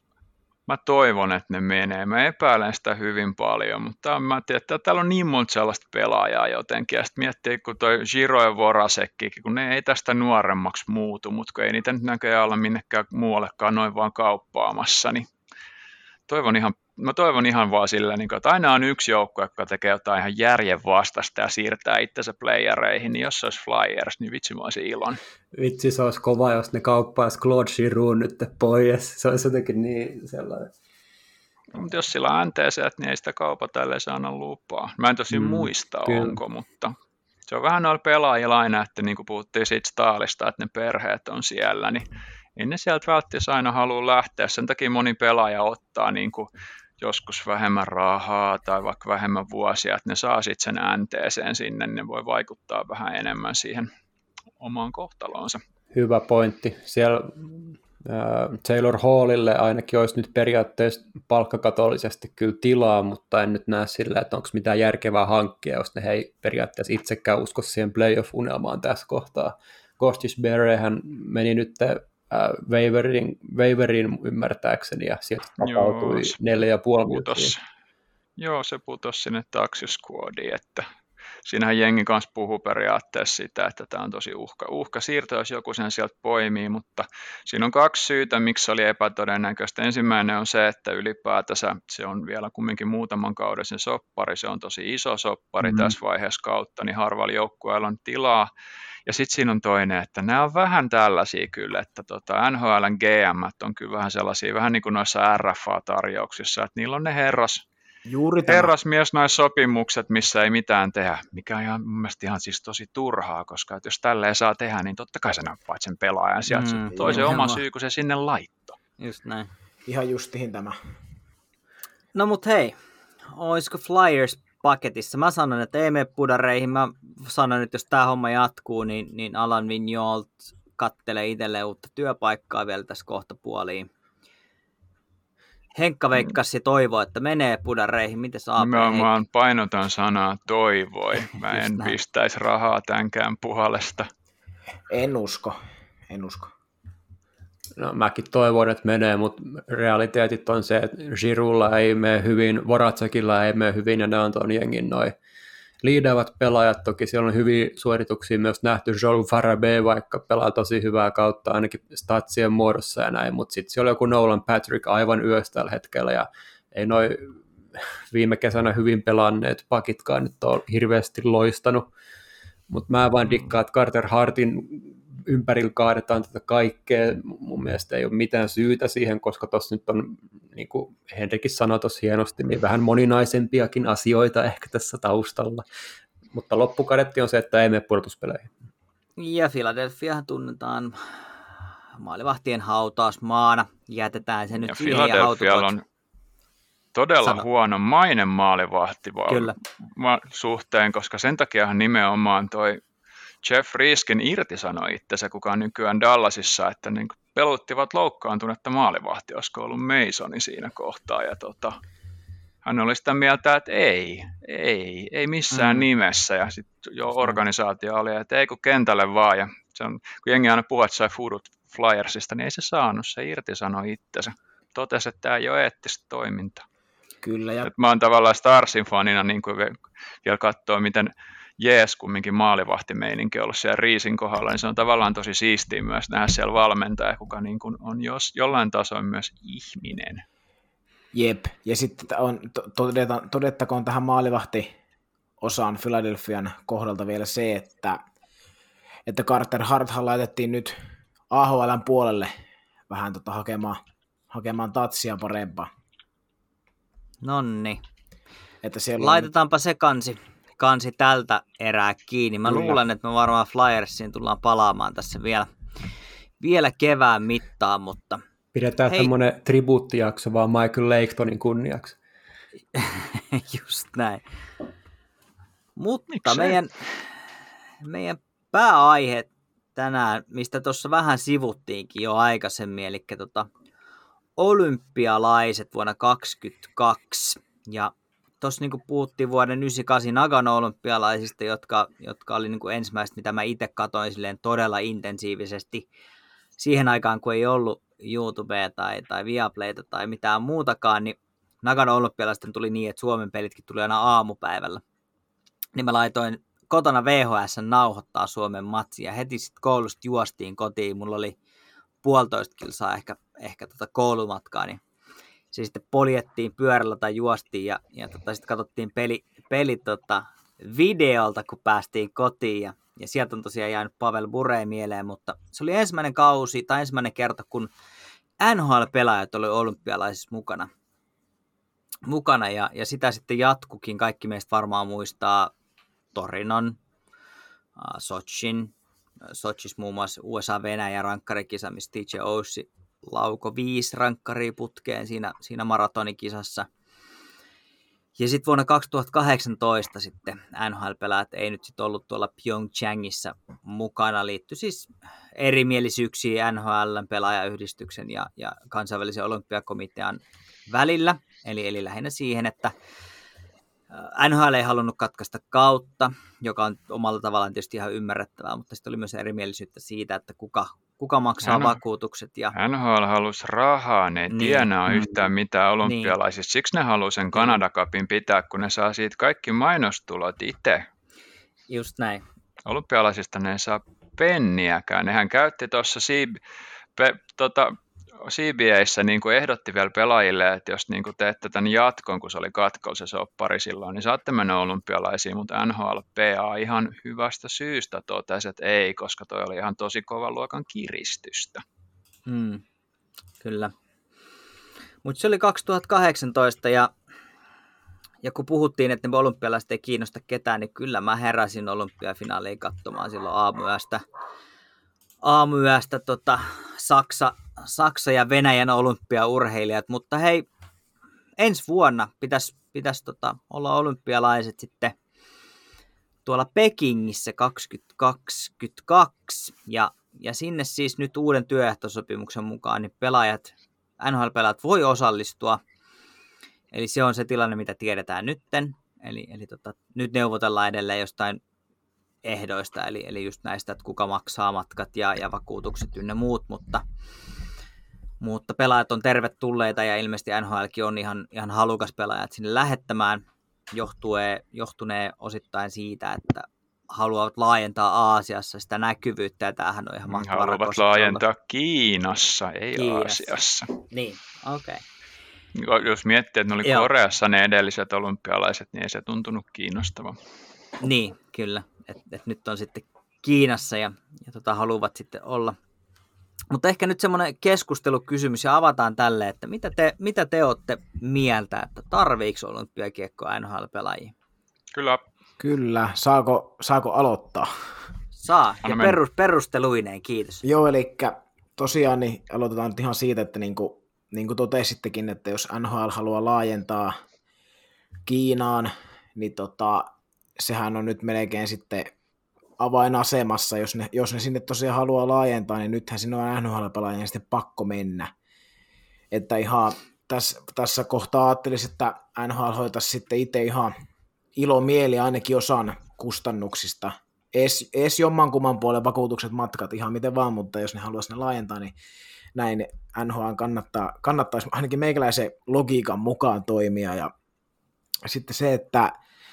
mä toivon, että ne menee. Mä epäilen sitä hyvin paljon, mutta mä tiedän, että täällä on niin monta sellaista pelaajaa jotenkin. Ja sitten miettii, kun toi Giro ja Vorasekki, kun ne ei tästä nuoremmaksi muutu, mutta ei niitä nyt näköjään olla minnekään muuallekaan noin vaan kauppaamassa, niin toivon ihan Mä toivon ihan vaan sillä, että aina on yksi joukko, joka tekee jotain ihan järjen vastasta ja siirtää itsensä playereihin, niin jos se olisi Flyers, niin vitsi mä olisin ilon. Vitsi, se olisi kova, jos ne kauppaisi Claude Giroux nyt pois. Se olisi jotenkin niin sellainen. No, mutta jos sillä on N T C, niin ei sitä kaupata, ellei se anna lupaa. Mä en tosin mm, muista, kyllä. Onko, mutta se on vähän noilla pelaajilla aina, että niin kuin puhuttiin siitä Staalista, että ne perheet on siellä, niin ei ne sieltä välttämättä aina halua lähteä. Sen takia moni pelaaja ottaa niin kuin joskus vähemmän rahaa tai vaikka vähemmän vuosia, että ne saa sitten sen N T C:n sinne, niin ne voi vaikuttaa vähän enemmän siihen omaan kohtaloonsa. Hyvä pointti. Siellä äh, Taylor Hallille ainakin olisi nyt periaatteessa palkkakatollisesti kyllä tilaa, mutta en nyt näe sillä, että onko mitään järkevää hankkia, jos ne ei periaatteessa itsekään usko siihen playoff-unelmaan tässä kohtaa. Gostisbeherehän meni nyt Waverin, Waverin ymmärtääkseni, ja sieltä tapautui neljä ja puoli minuuttia. Joo, se putosi sinne Taxi Squadiin, että siinähän jengi kanssa puhuu periaatteessa sitä, että tämä on tosi uhka, uhka siirto, jos joku sen sieltä poimii, mutta siinä on kaksi syytä, miksi se oli epätodennäköistä. Ensimmäinen on se, että ylipäätänsä se on vielä kumminkin muutaman kauden sen soppari, se on tosi iso soppari mm-hmm. tässä vaiheessa kautta, niin harvalla joukkueella on tilaa. Ja sitten siinä on toinen, että nämä on vähän tällaisia kyllä, että tota N H L:n G M on kyllä vähän sellaisia, vähän niin kuin noissa R F A-tarjouksissa, että niillä on ne herras, herrasmies noissa sopimukset, missä ei mitään tehdä, mikä on ihan, mun mielestä ihan siis tosi turhaa, koska että jos tälleen saa tehdä, niin totta kai sä nappaat sen pelaajan sieltä, mm, toisen joo, oma syy, kun se sinne laittoi. Just näin. Ihan justiin tämä. No mut hei, olisiko Flyers paketissa? Mä sanon, että ei mene pudareihin. Mä sanon, että jos tää homma jatkuu, niin, niin Alan Vigneault kattelee itselleen uutta työpaikkaa vielä tässä kohta puoliin. Henkka veikkasi ja toivoo, että menee pudareihin. Miten sä Aape? Mä, mä painotan sanaa toivoi. Mä en pistäisi rahaa tämänkään puolesta. En usko. En usko. No, mäkin toivon, että menee, mutta realiteetit on se, että Girouxlla ei mene hyvin, Voracekilla ei mene hyvin, ja ne on tuon jengin noin liidaavat pelaajat. Toki siellä on hyviä suorituksia myös nähty. Joel Farabee vaikka pelaa tosi hyvää kautta, ainakin statsien muodossa ja näin, mutta sitten siellä on joku Nolan Patrick aivan yössä tällä hetkellä, ja ei noin viime kesänä hyvin pelanneet pakitkaan nyt ole hirveästi loistanut. Mutta mä vaan dikkaan, että Carter Hartin ympärillä kaadetaan tätä kaikkea. Mun mielestä ei ole mitään syytä siihen, koska tuossa nyt on, niin kuin Henrikin sanoi tuossa hienosti, niin vähän moninaisempiakin asioita ehkä tässä taustalla. Mutta loppukadetti on se, että ei mene pudotuspeleihin. Ja Philadelphiahan tunnetaan maalivahtien hautausmaana. Jätetään se nyt ja siihen. Ja Philadelphialla on todella Sano. huono maine maalivahti suhteen, koska sen takiahan nimenomaan toi Jeff Riskin irtisanoi itsensä, kuka on nykyään Dallasissa, että niin peluttivat loukkaantunutta maalivahti, olisiko ollut Masoni siinä kohtaa. Ja tota, hän oli sitä mieltä, että ei, ei, ei missään mm. nimessä. Ja sitten jo organisaatio oli, että ei kun kentälle vaan. Ja se on, kun jengi aina puhuu, että sai foodut Flyersista, niin ei se saanut, se irtisanoi itsensä. Totesi, että tämä ei ole eettistä toimintaa. Kyllä. Ja... Mä oon tavallaan Starsin fanina, niin kuin vielä katsoo, miten jees kumminkin maalivahtimeininki on ollut siellä Riisin kohdalla, niin se on tavallaan tosi siistiä myös nähdä siellä valmentaja, kuka niin kuin on jos, jollain tasolla myös ihminen. Jep, ja sitten on, todeta, todettakoon tähän maalivahti-osaan Philadelphian kohdalta vielä se, että, että Carter Harthan laitettiin nyt A H L:n puolelle vähän tota hakemaan, hakemaan tatsia parempaa. Nonni. Että laitetaanpa on... se kansi, kansi tältä erää kiinni. Mä Kyllä. luulen, että me varmaan Flyersiin tullaan palaamaan tässä vielä, vielä kevään mittaan, mutta... Pidetään Hei. tämmöinen tribuuttijakso vaan Michael Laketonin kunniaksi. Just näin. Mutta meidän, meidän pääaihe tänään, mistä tuossa vähän sivuttiinkin jo aikaisemmin, eli tota, olympialaiset vuonna kaksikymmentäkaksi. Ja tuossa niin puhuttiin vuoden yhdeksänkymmentäkahdeksan Nagano olympialaisista, jotka, jotka oli niin ensimmäiset, mitä mä itse katsoin silleen todella intensiivisesti siihen aikaan, kun ei ollut YouTubea tai, tai Viaplayta tai mitään muutakaan, niin Nagano olympialaisten tuli niin, että Suomen pelitkin tuli aina aamupäivällä. Niin mä laitoin kotona V H S nauhoittaa Suomen matsia. Heti sitten koulusta juostiin kotiin. Mulla oli puolitoista kilsaa ehkä, ehkä tota koulumatkaa, niin se sitten poljettiin pyörällä tai juostiin ja, ja tota, sitten katsottiin peli, peli tota, videolta, kun päästiin kotiin ja, ja sieltä on tosiaan jäänyt Pavel Bure mieleen, mutta se oli ensimmäinen kausi tai ensimmäinen kerta, kun N H L-pelaajat oli olympialaisissa mukana, mukana ja, ja sitä sitten jatkukin. Kaikki meistä varmaan muistaa Torinon, uh, Sochin, Sochis muun muassa U S A-Venäjä rankkarikisa, missä T J Oshie lauko viisi rankkaria putkeen siinä, siinä maratonikisassa. Ja sitten vuonna kaksituhattakahdeksantoista sitten N H L-pelaajat ei nyt sitten ollut tuolla Pyeongchangissa mukana. Liittyi siis erimielisyyksiä N H L-pelaajayhdistyksen ja, ja kansainvälisen olympiakomitean välillä. Eli, eli lähinnä siihen, että N H L ei halunnut katkaista kautta, joka on omalla tavallaan tietysti ihan ymmärrettävää, mutta sitten oli myös erimielisyyttä siitä, että kuka, kuka maksaa N- vakuutukset. Ja... N H L halusi rahaa, ne ei niin. tienaa yhtään mitään olympialaisista. Niin. Siksi ne haluaa sen Canada Cupin pitää, kun ne saa siitä kaikki mainostulot itse. Just näin. Olympialaisista ne ei saa penniäkään. Nehän käytti tuossa C- pe- tota, C B A:ssä niin kuin ehdotti vielä pelaajille, että jos niin kuin teette tämän jatkon, kun se oli katkous se soppari silloin, niin saatte mennä olympialaisiin, mutta N H L P A ihan hyvästä syystä totesi, että ei, koska toi oli ihan tosi kovan luokan kiristystä. Hmm, kyllä. Mutta se oli kaksituhattakahdeksantoista ja, ja kun puhuttiin, että ne olympialaiset ei kiinnosta ketään, niin kyllä mä heräsin olympiafinaaliin katsomaan silloin aamuyöstä. Aamuyöstä tota, Saksa, Saksa ja Venäjän olympiaurheilijat, mutta hei, ensi vuonna pitäisi pitäis, tota, olla olympialaiset sitten tuolla Pekingissä kaksituhattakaksikymmentäkaksi, ja, ja sinne siis nyt uuden työehtosopimuksen mukaan niin pelaajat, N H L-pelaajat voi osallistua, eli se on se tilanne, mitä tiedetään nytten, eli, eli tota, nyt neuvotellaan edelleen jostain ehdoista, eli, eli just näistä, että kuka maksaa matkat ja, ja vakuutukset ynnä muut, mutta, mutta pelaajat on tervetulleita ja ilmeisesti N H L:kin on ihan, ihan halukas pelaajat sinne lähettämään, johtue, johtunee osittain siitä, että haluavat laajentaa Aasiassa sitä näkyvyyttä, ja tämähän on ihan mahtava. Haluavat laajentaa Kiinassa, ei Kiinassa. Aasiassa. Niin, okei. Okay. Jos miettii, että ne oli Joo. Koreassa ne edelliset olympialaiset, niin ei se tuntunut kiinnostavan. Niin, kyllä. Et, et nyt on sitten Kiinassa ja, ja tota, haluavat sitten olla. Mutta ehkä nyt semmoinen keskustelukysymys ja avataan tälle, että mitä te, mitä te olette mieltä, että tarviiko olympiakiekkoa N H L-pelaajia? Kyllä. Kyllä. Saako, saako aloittaa? Saa, ja perus, perusteluineen, kiitos. Joo, eli tosiaan niin aloitetaan nyt ihan siitä, että niin kuin, niin kuin totesittekin, että jos N H L haluaa laajentaa Kiinaan, niin tota, sehän on nyt melkein sitten avainasemassa, jos ne, jos ne sinne tosiaan haluaa laajentaa, niin nythän sinne on N H L-pelaajien sitten pakko mennä. Että ihan tässä, tässä kohtaa ajattelisin, että N H L hoitaisi sitten itse ihan ilomieli ainakin osan kustannuksista. Ees, ees jommankumman puolen vakuutukset, matkat, ihan miten vaan, mutta jos ne haluaisi ne laajentaa, niin näin N H L kannattaa, kannattaisi ainakin meikäläisen logiikan mukaan toimia. Ja sitten se, että,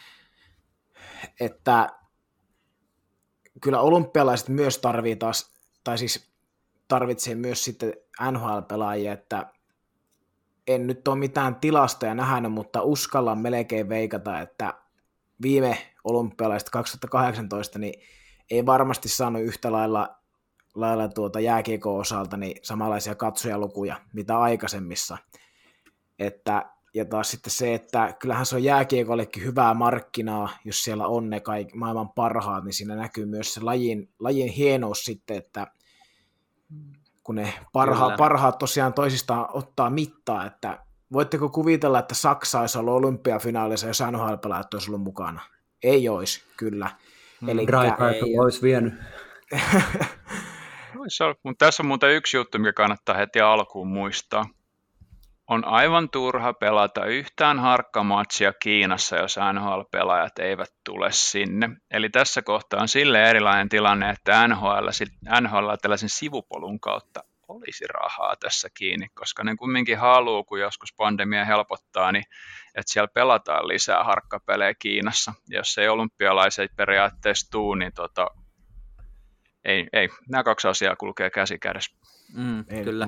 että kyllä olympialaiset myös tarvitsee taas, tai siis tarvitsee myös sitten N H L-pelaajia, että en nyt ole mitään tilastoja nähnyt, mutta uskallan melkein veikata, että viime olympialaiset kaksituhattakahdeksantoista niin ei varmasti saanut yhtä lailla, lailla tuota jääkiekon osalta niin samanlaisia katsojalukuja, mitä aikaisemmissa. Että, ja taas sitten se, että kyllähän se on jääkiekollekin hyvää markkinaa, jos siellä on ne kaikki maailman parhaat, niin siinä näkyy myös se lajin, lajin hienous sitten, että kun ne parha, parhaat tosiaan toisistaan ottaa mittaa, että voitteko kuvitella, että Saksa olisi ollut olympiafinaalissa, jos N H L-pelaajat olisi ollut mukana? Ei olisi, kyllä. Mm, Dreisaitl olisi vienyt. Mutta tässä on muuten yksi juttu, mikä kannattaa heti alkuun muistaa. On aivan turha pelata yhtään harkkamatsia Kiinassa, jos N H L-pelaajat eivät tule sinne. Eli tässä kohtaa on sille erilainen tilanne, että N H L, N H L tällaisen sivupolun kautta olisi rahaa tässä kiinni, koska ne kumminkin haluaa, kun joskus pandemia helpottaa, niin että siellä pelataan lisää harkkapelejä Kiinassa. Ja jos ei olympialaiset periaatteessa tuu, niin tota, ei, ei, nämä kaksi asiaa kulkee käsi kädessä. Mm, kyllä.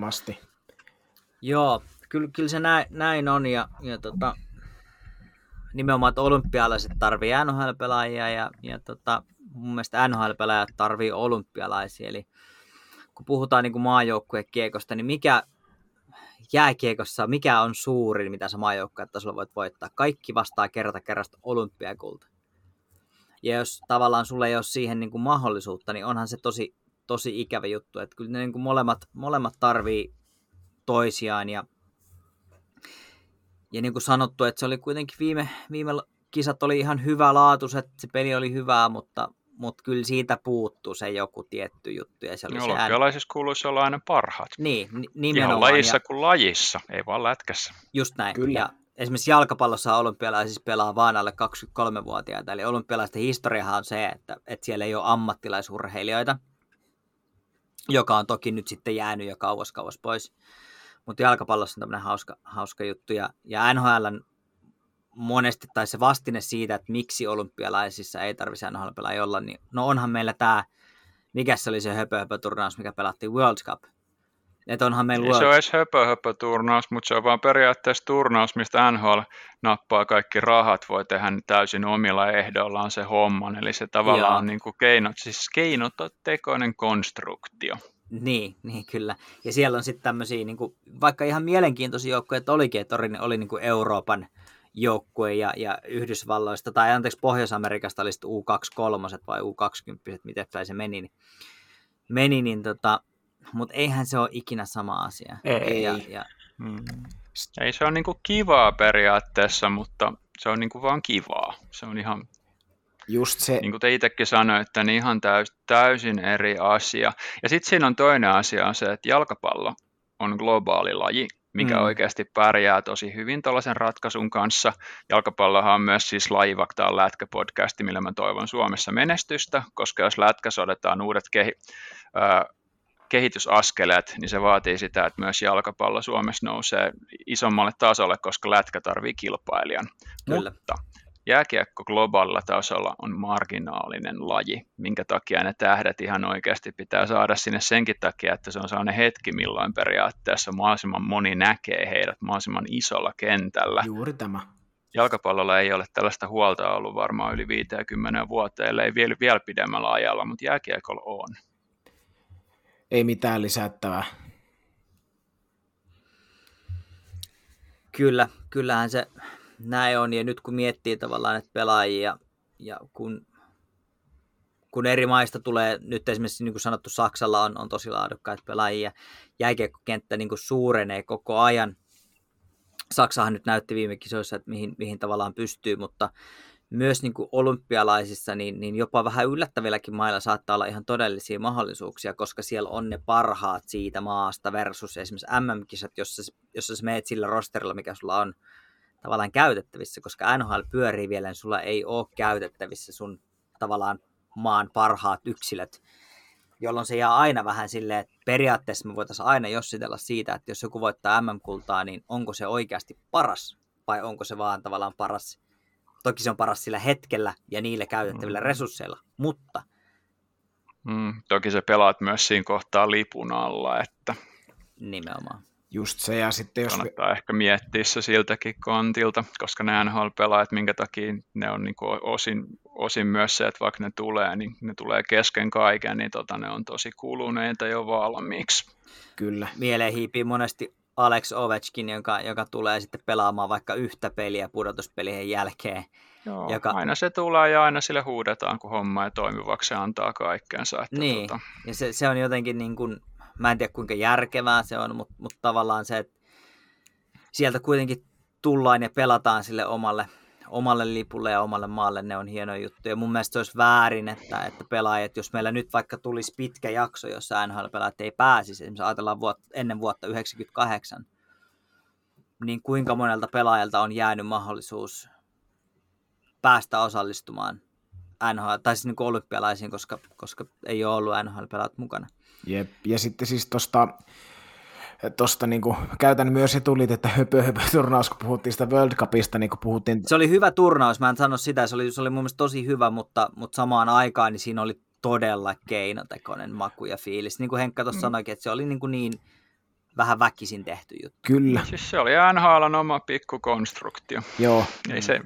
Joo, kyllä, kyllä se näin, näin on, ja, ja tota, nimenomaan, että olympialaiset tarvii N H L-pelaajia, ja, ja tota, mun mielestä N H L-pelaajat tarvii olympialaisia, eli kun puhutaan niin kuin maajoukkuekiekosta, niin mikä jääkiekossa, mikä on suurin, mitä sä maajoukkuetasolla voit voittaa? Kaikki vastaa kerta kerrasta olympiakulta. Ja jos tavallaan sulle ei ole siihen niin kuin mahdollisuutta, niin onhan se tosi, tosi ikävä juttu, että kyllä ne niin kuin molemmat, molemmat tarvii toisiaan, ja, ja niin kuin sanottu, että se oli kuitenkin viime, viime kisat oli ihan hyvä laatus, että se peli oli hyvää, mutta, mutta kyllä siitä puuttuu se joku tietty juttu. Ja se oli olympialaisissa kuuluisi olla aina parhaat. Niin, nimenomaan. Ihan lajissa ja, kuin lajissa, ei vaan lätkässä. Just näin. Kyllä. Ja esimerkiksi jalkapallossa olympialaisissa pelaa vaan alle kaksikymmentäkolme-vuotiaita, eli olympialaisten historiahan on se, että, että siellä ei ole ammattilaisurheilijoita, joka on toki nyt sitten jäänyt jo kauas kauas pois. Mutta jalkapallossa on tämmöinen hauska, hauska juttu, ja, ja N H L:n monesti, tai se vastine siitä, että miksi olympialaisissa ei tarvitse N H L-pelaajia olla, niin no onhan meillä tämä, mikä se oli se höpö-höpö-turnaus, mikä pelattiin World Cup. Että onhan meillä World... Se on edes höpö-höpö-turnaus, mutta se on vaan periaatteessa turnaus, mistä N H L nappaa kaikki rahat, voi tehdä täysin omilla ehdoillaan se homman, eli se tavallaan Joo. on niin kuin keinot, siis keinotekoinen konstruktio. Niin, niin kyllä. Ja siellä on sitten tämmöisiä, niin kuin, vaikka ihan mielenkiintoisia joukkoja, että olikin, että oli, oli niin kuin Euroopan joukkue ja, ja Yhdysvalloista, tai anteeksi Pohjois-Amerikasta oli sitten U kaksikymmentäkolme vai U kaksikymmentä, miten se meni, niin, meni, niin tota, mutta eihän se ole ikinä sama asia. Ei. Ja, ja, mm. Ei se ole niin kuin kivaa periaatteessa, mutta se on niin kuin vaan kivaa. Se on ihan... Just se. Niin kuin te itsekin sanoitte, niin ihan täys, täysin eri asia. Ja sitten siinä on toinen asia on se, että jalkapallo on globaali laji, mikä mm. oikeasti pärjää tosi hyvin tuollaisen ratkaisun kanssa. Jalkapallohan on myös siis laji, vaikka tämä on lätkäpodcasti, millä mä toivon Suomessa menestystä, koska jos lätkässä otetaan uudet kehi, äh, kehitysaskeleet, niin se vaatii sitä, että myös jalkapallo Suomessa nousee isommalle tasolle, koska lätkä tarvii kilpailijan. Kyllä. Mutta jääkiekko globaalilla tasolla on marginaalinen laji, minkä takia ne tähdet ihan oikeasti pitää saada sinne senkin takia, että se on sellainen hetki, milloin periaatteessa mahdollisimman moni näkee heidät mahdollisimman isolla kentällä. Juuri tämä. jalkapallolla ei ole tällaista huolta ollut varmaan yli viisikymmentä vuotta, ellei vielä, vielä pidemmällä ajalla, mutta jääkiekolla on. Ei mitään lisättävää. Kyllä, kyllähän se näin on, ja nyt kun miettii tavallaan näitä pelaajia, ja kun, kun eri maista tulee, nyt esimerkiksi niin kuin sanottu, Saksalla on, on tosi laadukkaita pelaajia, jääkiekkokenttä niin kuin suurenee koko ajan. Saksahan nyt näytti viime kisoissa, että mihin, mihin tavallaan pystyy, mutta myös niin kuin olympialaisissa, niin, niin jopa vähän yllättävilläkin mailla saattaa olla ihan todellisia mahdollisuuksia, koska siellä on ne parhaat siitä maasta versus esimerkiksi M M-kisat, jossa, jossa sä meet sillä rosterilla, mikä sulla on tavallaan käytettävissä, koska N H L pyörii vielä, niin sulla ei ole käytettävissä sun tavallaan maan parhaat yksilöt, jolloin se jää aina vähän silleen, että periaatteessa me voitaisiin aina jossitella siitä, että jos joku voittaa M M-kultaa, niin onko se oikeasti paras vai onko se vaan tavallaan paras. Toki se on paras sillä hetkellä ja niillä käytettävillä mm. resursseilla, mutta... Mm, toki se pelaat myös siinä kohtaa lipun alla, että... Nimenomaan. Just se, ja sitten jos... Kannattaa ehkä miettiä se siltäkin kantilta, koska ne N H L-pelaajat, minkä takia ne on niin kuin osin, osin myös se, että vaikka ne tulee, niin ne tulee kesken kaiken, niin tota, ne on tosi kuluneita jo valmiiksi. Kyllä. Mieleen hiipii monesti Alex Ovechkin, joka, joka tulee sitten pelaamaan vaikka yhtä peliä pudotuspelien jälkeen. Joo, joka... aina se tulee ja aina sille huudetaan, kun homma ei toimivaksi, se antaa kaikkensa. Että niin, tota... ja se, se on jotenkin niin kuin, mä en tiedä kuinka järkevää se on, mutta, mutta tavallaan se, että sieltä kuitenkin tullaan ja pelataan sille omalle, omalle lipulle ja omalle maalle, ne on hieno juttu. Ja mun mielestä se olisi väärin, että, että pelaajat, jos meillä nyt vaikka tulisi pitkä jakso, jossa N H L-pelaajat ei pääsisi, esimerkiksi ajatellaan vuot, ennen vuotta yhdeksänkymmentäkahdeksan, niin kuinka monelta pelaajalta on jäänyt mahdollisuus päästä osallistumaan N H L, tai siis niin kuin olympialaisiin, koska, koska ei ole ollut N H L-pelaat mukana. Jep, ja sitten siis tuosta Tuosta niin kuin, käytän myös etuliitettä höpö höpö turnaus, kun puhuttiin sitä World Cupista, niin kuin puhuttiin. Se oli hyvä turnaus, mä en sano sitä, se oli, se oli mun mielestä tosi hyvä, mutta, mutta samaan aikaan niin siinä oli todella keinotekoinen maku ja fiilis. Niin kuin Henkka tuossa mm. sanoikin, että se oli niin, kuin niin vähän väkisin tehty juttu. Kyllä. Siis se oli N H L:n oma pikkukonstruktio. Joo. Ei se...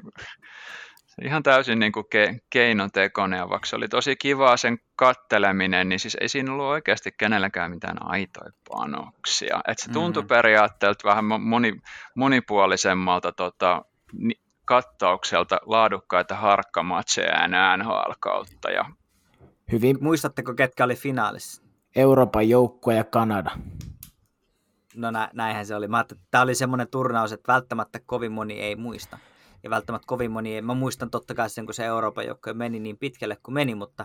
Ihan täysin niin kuin ke- keinotekoinen, ja vaikka se oli tosi kivaa sen katteleminen, niin siis ei siinä ollut oikeasti kenelläkään mitään aitoja panoksia. Et se tuntui mm. periaatteelta vähän moni, monipuolisemmalta tota, kattaukselta laadukkaita harkkamatseja N H L-kautta. Ja... Hyvin. Muistatteko, ketkä oli finaalissa? Euroopan joukkue ja Kanada. No nä- näinhän se oli. Mä ajattelin, että tämä oli semmoinen turnaus, että välttämättä kovin moni ei muista. Ja välttämättä kovin moni ei. Mä muistan totta kai sen, kun se Euroopan joukkue meni niin pitkälle kuin meni, mutta,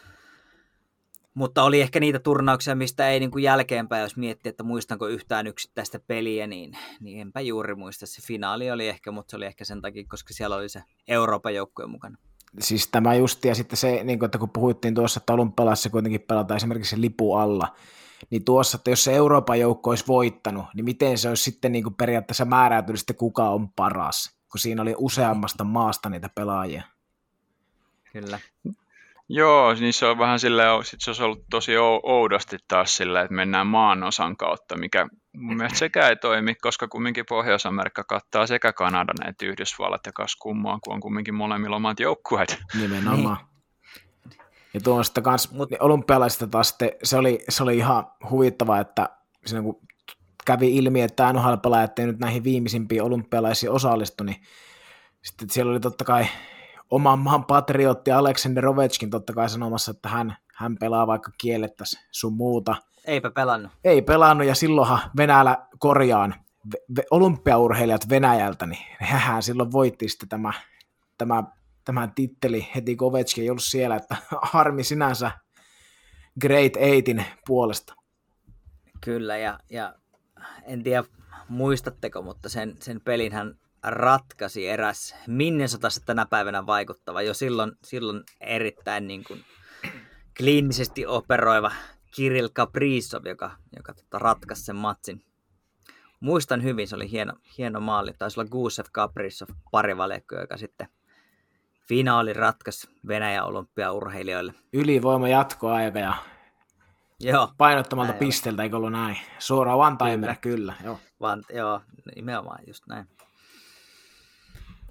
mutta oli ehkä niitä turnauksia, mistä ei niin kuin jälkeenpäin, jos miettii, että muistanko yhtään yksittäistä peliä, niin, niin enpä juuri muista. Se finaali oli ehkä, mutta se oli ehkä sen takia, koska siellä oli se Euroopan joukkue mukana. Siis tämä just, ja sitten se, niin kuin, että kun puhuttiin tuossa, että olympialaisissa kuitenkin pelataan esimerkiksi lipu alla, niin tuossa, että jos se Euroopan joukko olisi voittanut, niin miten se olisi sitten niin kuin periaatteessa määräytynyt, että kuka on paras, kun siinä oli useammasta maasta niitä pelaajia. Kyllä. Joo, niin se on vähän silleen, sit se olisi ollut tosi oudosti taas silleen, että mennään maanosan kautta, mikä mun mielestä sekä ei toimi, koska kumminkin Pohjois-Amerikka kattaa sekä Kanadan että Yhdysvallat ja kas kummaa, kun on kumminkin molemmilla omat joukkueet. Nimenomaan. Ja tuosta kans olympialaisista taas sitten, se oli, se oli ihan huvittavaa, että siinä kun kävi ilmi, että N H L-pelaajat ei nyt näihin viimeisimpiin olympialaisiin osallistu, niin sitten siellä oli totta kai oman maan patriotti Alexander Ovechkin totta kai sanomassa, että hän, hän pelaa vaikka kiellettäisiin sun muuta. Eipä pelannut. Ei pelannut, ja silloinhan Venäjällä korjaan ve- olympiaurheilijat Venäjältä, niin hän silloin voitti sitten tämä, tämä, tämä titteli heti, kun Ovechkin ei ollut siellä, että harmi sinänsä Great Eightin puolesta. Kyllä, ja, ja en tiedä muistatteko, mutta sen, sen pelin hän ratkaisi eräs Minnesotassa tänä päivänä vaikuttava, jo silloin, silloin erittäin niin kuin kliinisesti operoiva Kirill Kaprizov, joka, joka tota ratkaisi sen matsin. Muistan hyvin, se oli hieno, hieno maali, taisi olla Gusev Kaprizov parivaljakko, joka sitten finaali ratkaisi Venäjän olympiaurheilijoille. Ylivoima jatkoaika ja joo, painottomalta pisteeltä, eikö ollut näin? Suoraan one-timer, kyllä. kyllä joo. Van, joo, nimenomaan just näin.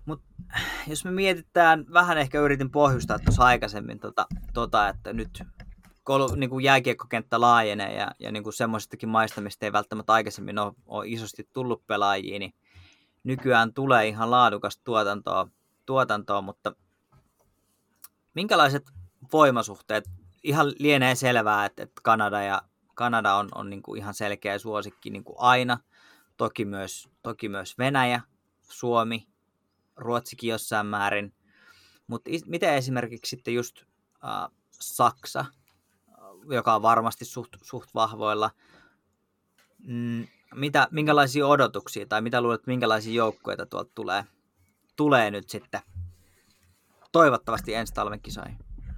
Mut jos me mietitään, vähän ehkä yritin pohjustaa tuossa aikaisemmin, tota, tota, että nyt kun niin kuin jääkiekkokenttä laajenee ja, ja niin kuin semmoisestakin maista, mistä ei välttämättä aikaisemmin ole, ole isosti tullut pelaajia, niin nykyään tulee ihan laadukasta tuotantoa, tuotantoa, mutta minkälaiset voimasuhteet? Ihan lienee selvää, että, että Kanada, ja, Kanada on, on niin kuin ihan selkeä suosikki niin kuin aina, toki myös, toki myös Venäjä, Suomi, Ruotsikin jossain määrin, mutta miten esimerkiksi sitten just äh, Saksa, joka on varmasti suht, suht vahvoilla, mm, mitä, minkälaisia odotuksia tai mitä luulet, minkälaisia joukkueita tuolta tulee, tulee nyt sitten toivottavasti ensi talven kisoihin?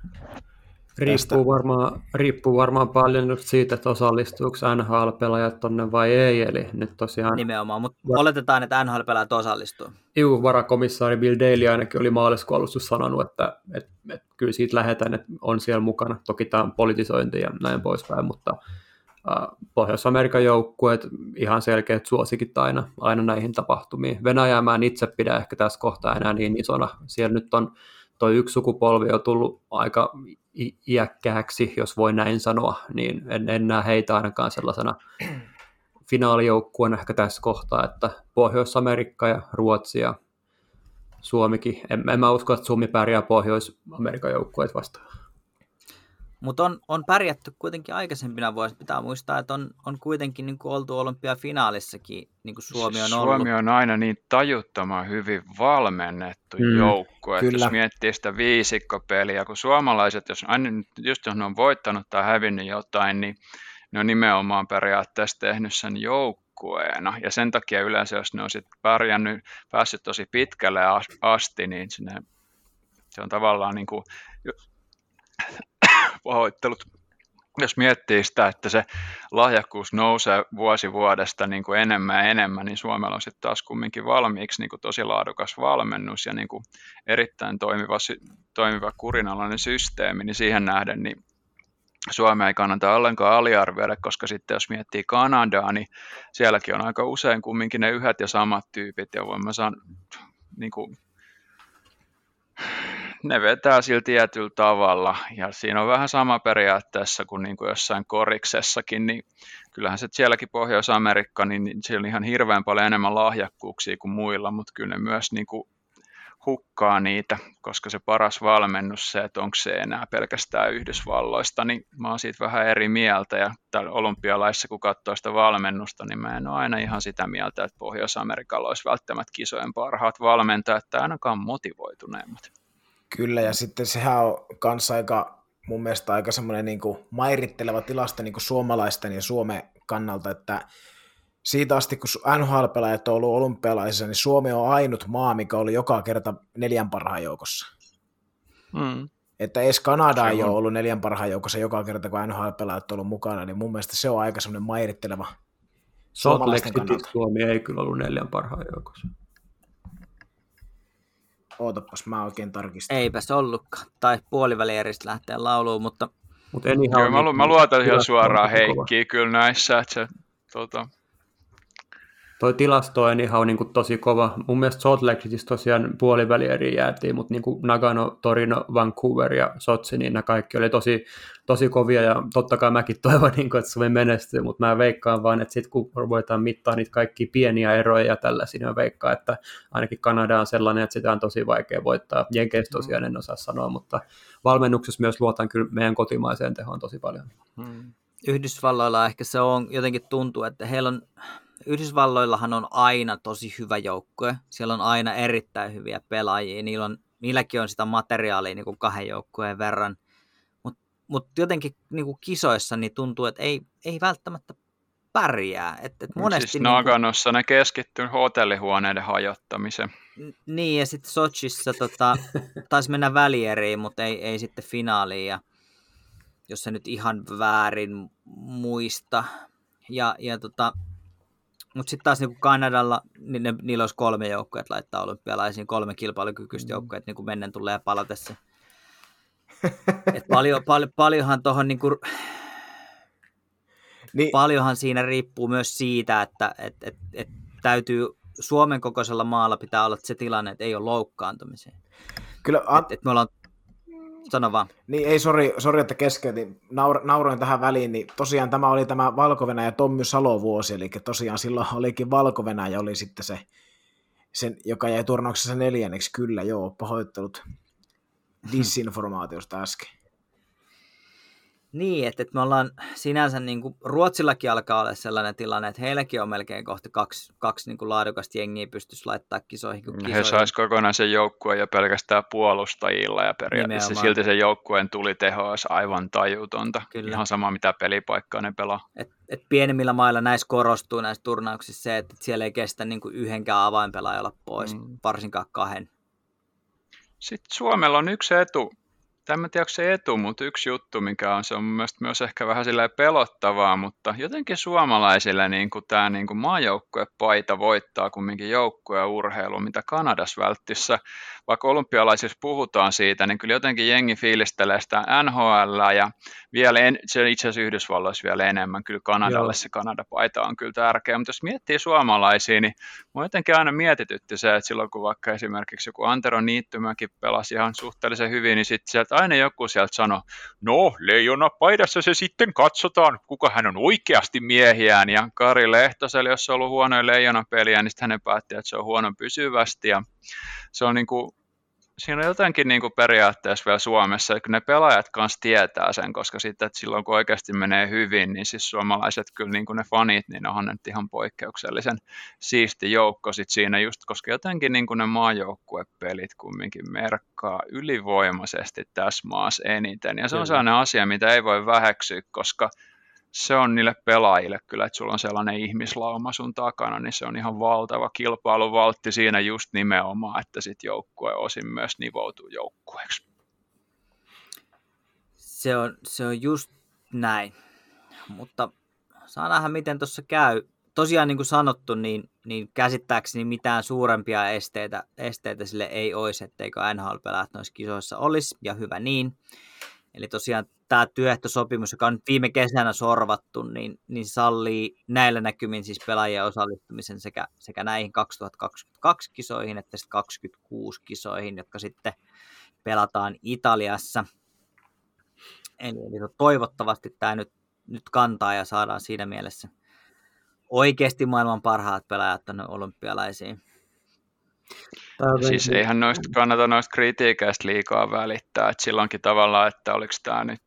Riippuu varmaan, riippuu varmaan paljon just siitä, että osallistuuko N H L-pelaajat tonne vai ei, eli nyt tosiaan... Nimenomaan, mutta oletetaan, että N H L-pelaajat osallistuu. Juu, varakomissaari Bill Daly ainakin oli maaliskuun alussa sanonut, että, että, että kyllä siitä lähdetään, että on siellä mukana. Toki tämä on politisointi ja näin poispäin, mutta äh, Pohjois-Amerikan joukkueet ihan selkeät suosikit aina, aina näihin tapahtumiin. Venäjää mä en itse pidä ehkä tässä kohtaa enää niin isona. Siellä nyt on toi yksi sukupolvi on tullut aika iäkkääksi, jos voi näin sanoa, niin en, en näe heitä ainakaan sellaisena finaalijoukkueena ehkä tässä kohtaa, että Pohjois-Amerikka ja Ruotsi ja Suomikin, en, en mä usko, että Suomi pärjää Pohjois-Amerikan joukkueet vastaan. Mutta on, on pärjätty kuitenkin aikaisempina vuosina. Pitää muistaa, että on, on kuitenkin niin kuin oltu olympiafinaalissakin, niin kuin Suomi on ollut. Suomi on aina niin tajuttoman hyvin valmennettu mm, joukkue. Jos miettii sitä viisikkopeliä, kun suomalaiset, jos aina just jos ne on voittanut tai hävinnyt jotain, niin ne on nimenomaan periaatteessa tehnyt sen joukkueena. Ja sen takia yleensä, jos ne on sitten pärjännyt, päässyt tosi pitkälle asti, niin sinne, se on tavallaan niin kuin pahoittelut. Jos miettii sitä, että se lahjakkuus nousee vuosi vuodesta niin kuin enemmän ja enemmän, niin Suomella on sitten taas kumminkin valmiiksi niin kuin tosi laadukas valmennus ja niin kuin erittäin toimiva, toimiva kurinalainen systeemi, niin siihen nähden niin Suomea ei kannata ollenkaan aliarvioida, koska sitten jos miettii Kanadaa, niin sielläkin on aika usein kumminkin ne yhdet ja samat tyypit, ja voin mä sanoa, niin kuin ne vetää sillä tietyllä tavalla, ja siinä on vähän sama periaatteessa kuin, niin kuin jossain koriksessakin, niin kyllähän se sielläkin Pohjois-Amerikka, niin, niin siellä on ihan hirveän paljon enemmän lahjakkuuksia kuin muilla, mutta kyllä ne myös niin kuin hukkaa niitä, koska se paras valmennus, se, että onko se enää pelkästään Yhdysvalloista, niin mä oon siitä vähän eri mieltä, ja täällä olympialaissa, kun katsoo sitä valmennusta, niin mä en ole aina ihan sitä mieltä, että Pohjois-Amerikalla olisi välttämättä kisojen parhaat valmentajat, tai ainakaan motivoituneemmat. Kyllä, ja sitten sehän on kanssa aika, mun mielestä aika semmoinen niin kuin mairitteleva tilasto niin kuin suomalaisten ja Suomen kannalta, että siitä asti, kun N H L-pelaajat on ollut olympialaisissa, niin Suomi on ainut maa, mikä oli joka kerta neljän parhaan joukossa. Mm. Että edes Kanada ei ole ollut neljän parhaan joukossa joka kerta, kun N H L-pelaajat on ollut mukana, niin mun mielestä se on aika semmoinen mairitteleva suomalaisten kannalta. Suomi ei kyllä ollut neljän parhaan joukossa. Ootapas, mä oikein tarkistan. Eipäs ollutkaan. Tai puolivälieristä lähtee lauluun, mutta... Mut en ihan Joo, mä, lu- mä luotan ihan suoraan Heikkiä kyllä näissä, että se... Tota... Toi tilasto on ihan niin kuin tosi kova. Mun mielestä Salt Lake Cityssä tosiaan puolivälieriin jäätiin, mutta niin kuin Nagano, Torino, Vancouver ja Sotsi, niin nämä kaikki oli tosi, tosi kovia, ja totta kai mäkin toivon, niin kuin, että Suomi menestyy, mutta mä veikkaan vaan, että sitten kun voidaan mittaa niitä kaikkia pieniä eroja ja tällaisia, niin mä veikkaan, että ainakin Kanada on sellainen, että sitä on tosi vaikea voittaa. Jenkeistä tosiaan en osaa sanoa, mutta valmennuksessa myös luotan kyllä meidän kotimaiseen tehoon tosi paljon. Hmm. Yhdysvalloilla ehkä se on, jotenkin tuntuu, että heillä on Yhdysvalloillahan on aina tosi hyvä joukkue. Siellä on aina erittäin hyviä pelaajia. Niillä on, niilläkin on sitä materiaalia niin kuin kahden joukkueen verran. Mutta mut jotenkin niin kuin kisoissa niin tuntuu, että ei, ei välttämättä pärjää. Et, et monesti, siis Naganossa niin kuin, ne keskittyy hotellihuoneiden hajottamiseen. Niin, ja sitten Sochissa tota, taisi mennä välieriin, mutta ei, ei sitten finaaliin. Ja, jos se nyt ihan väärin muista. Ja, ja tota... Mutta sitten taas niin Kanadalla, niin ne, niillä olisi kolme joukkoa, että laittaa olympialaisiin kolme kilpailukykyistä joukkoa, että niin mennen tulee palatessa. paljon, paljon, paljonhan, tohon, niin kuin, niin. paljonhan siinä riippuu myös siitä, että et, et, et täytyy Suomen kokoisella maalla pitää olla se tilanne, että ei ole loukkaantumiseen. Kyllä, a- et, et me ollaan... Sano vaan. Niin, ei, sori, sori että keskeytin. Naur, nauroin tähän väliin, niin tosiaan tämä oli tämä Valko-Venäjä Tommy Salo-vuosi, eli tosiaan silloin olikin Valko-Venäjä oli sitten se, sen, joka jäi turnauksessa neljänneksi, kyllä, joo, pahoittelut disinformaatiosta äsken. Niin, että, että me ollaan sinänsä, niin kuin, Ruotsillakin alkaa olla sellainen tilanne, että heilläkin on melkein kohta kaksi, kaksi niin kuin laadukasta jengiä pystyisi laittaa kisoihin. kisoihin. He sais kokonaisen joukkueen jo pelkästään puolustajilla ja periaatteessa nimenomaan. Silti sen joukkueen tuliteho olisi aivan tajutonta. Kyllä. Ihan sama mitä pelipaikkaa ne pelaa. Et, et pienemmillä mailla näissä korostuu näissä turnauksissa se, että siellä ei kestä niin kuin yhdenkään avainpelaajalla pois, mm. varsinkaan kahden. Sitten Suomella on yksi etu. En tiedä, onko se etu, mutta yksi juttu, mikä on, se on mielestäni myös ehkä vähän pelottavaa, mutta jotenkin suomalaisille niin kuin tämä niin kuin maajoukkuepaita voittaa kumminkin joukkue ja urheilu, mitä Kanadassa välttissä. Vaikka olympialaisissa puhutaan siitä, niin kyllä jotenkin jengi fiilistelee sitä N H L ja vielä en, se itse asiassa Yhdysvalloissa vielä enemmän. Kyllä Kanadalle Joo. se Kanada-paita on kyllä tärkeä, mutta jos miettii suomalaisia, niin minua jotenkin aina mietitytti se, että silloin kun vaikka esimerkiksi joku Antero Niittymäki pelasi ihan suhteellisen hyvin, niin sitten sieltä aina joku sieltä sanoi, no leijonapaidassa se sitten katsotaan, kuka hän on oikeasti miehiään, ja Kari Lehtoselle, jos se on ollut huonoja leijonapeliä, niin sitten hänen päätti, että se on huono pysyvästi, ja se on niin kuin, siinä on jotenkin niin kuin periaatteessa vielä Suomessa, että ne pelaajat kanssa tietää sen, koska sitten, että silloin kun oikeasti menee hyvin, niin siis suomalaiset kyllä niin kuin ne fanit, niin onhan nyt ihan poikkeuksellisen siisti joukko sit siinä just, koska jotenkin niin kuin ne maajoukkuepelit kumminkin merkkaa ylivoimaisesti tässä maassa eniten. Ja se on sellainen asia, mitä ei voi väheksyä, koska se on niille pelaajille kyllä, että sulla on sellainen ihmislauma sun takana, niin se on ihan valtava kilpailuvaltti siinä just nimenomaan, että sit joukkue osin myös nivoutuu joukkueeksi. Se on, se on just näin, mutta saa nähdä miten tuossa käy. Tosiaan niin kuin sanottu, niin, niin käsittääkseni mitään suurempia esteitä, esteitä sille ei olisi, etteikö N H L-pelaajat noissa kisoissa olisi, ja hyvä niin. Eli tosiaan tämä työehtosopimus, joka on nyt viime kesänä sorvattu, niin, niin sallii näillä näkymin siis pelaajien osallistumisen sekä, sekä näihin kaksituhattakaksikymmentäkaksi kisoihin että sitten kaksikymmentäkuusi kisoihin, jotka sitten pelataan Italiassa. Eli, eli toivottavasti tämä nyt, nyt kantaa ja saadaan siinä mielessä oikeasti maailman parhaat pelaajat tuonne olympialaisiin. Siis eihän noista kannata noista kritiikeistä liikaa välittää, että silloinkin tavallaan, että oliko tämä nyt,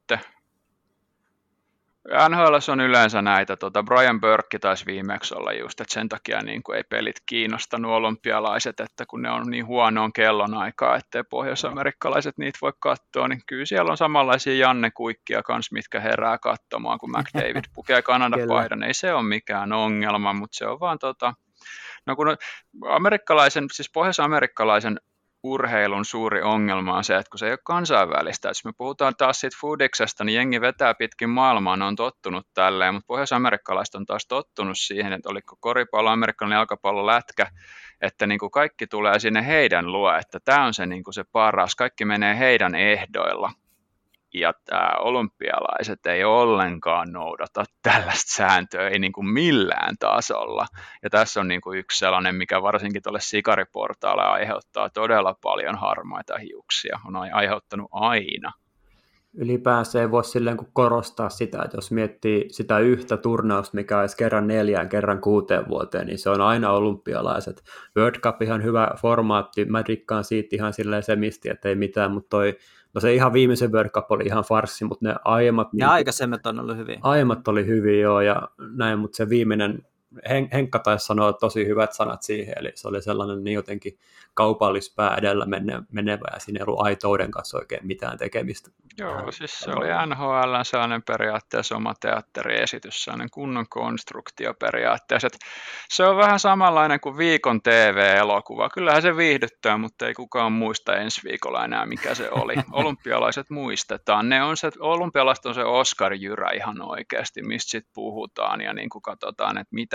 N H L on yleensä näitä, tota Brian Burke taisi viimeksi olla just, että sen takia niin kuin ei pelit kiinnostanut olympialaiset, että kun ne on niin huonoon kellonaikaa, ettei pohjois-amerikkalaiset niitä voi katsoa, niin kyllä siellä on samanlaisia Janne Kuikkia kanssa, mitkä herää katsomaan, kun McDavid pukee Kanada-paidan, ei se ole mikään ongelma, mutta se on vaan tota, no kun amerikkalaisen, siis pohjois-amerikkalaisen urheilun suuri ongelma on se, että kun se ei ole kansainvälistä, jos me puhutaan taas siitä foodiksesta, niin jengi vetää pitkin maailmaa, ne on tottunut tälleen, mutta pohjois-amerikkalaiset on taas tottunut siihen, että oliko koripallo, amerikkalainen jalkapallo, lätkä, että niin kuin kaikki tulee sinne heidän luo, että tämä on se, niin kuin se paras, kaikki menee heidän ehdoilla. Ja tämä olympialaiset ei ollenkaan noudata tällaista sääntöä, ei niin kuin millään tasolla. Ja tässä on niin kuin yksi sellainen, mikä varsinkin tuolle sikariportaalle aiheuttaa todella paljon harmaita hiuksia. On aiheuttanut aina. Ylipäänsä ei voi silleen kuin korostaa sitä, että jos miettii sitä yhtä turnausta, mikä olisi kerran neljään, kerran kuuteen vuoteen, niin se on aina olympialaiset. World Cup ihan hyvä formaatti, mä rikkaan siitä ihan silleen semisti, että ei mitään, mutta toi no se ihan viimeisen World Cup oli ihan farssi, mutta ne aiemmat... Ja niin, aikaisemmat on ollut hyviä. Aiemmat oli hyviä, joo, ja näin, mutta se viimeinen, Hen- Henkka taisi sanoa tosi hyvät sanat siihen, eli se oli sellainen niin jotenkin kaupallispää edellä menne, menevä, ja siinä ei ollut aitouden kanssa oikein mitään tekemistä. Joo, siis se oli N H L sellainen periaatteessa oma teatteriesitys, sellainen kunnon konstruktio periaatteessa. Että se on vähän samanlainen kuin viikon T V-elokuva. Kyllähän se viihdyttää, mutta ei kukaan muista ensi viikolla enää, mikä se oli. Olympialaiset muistetaan. Ne on se, olympialaiset on se Oscar-jyrä ihan oikeasti, mistä sitten puhutaan, ja niin kuin katsotaan, että mitä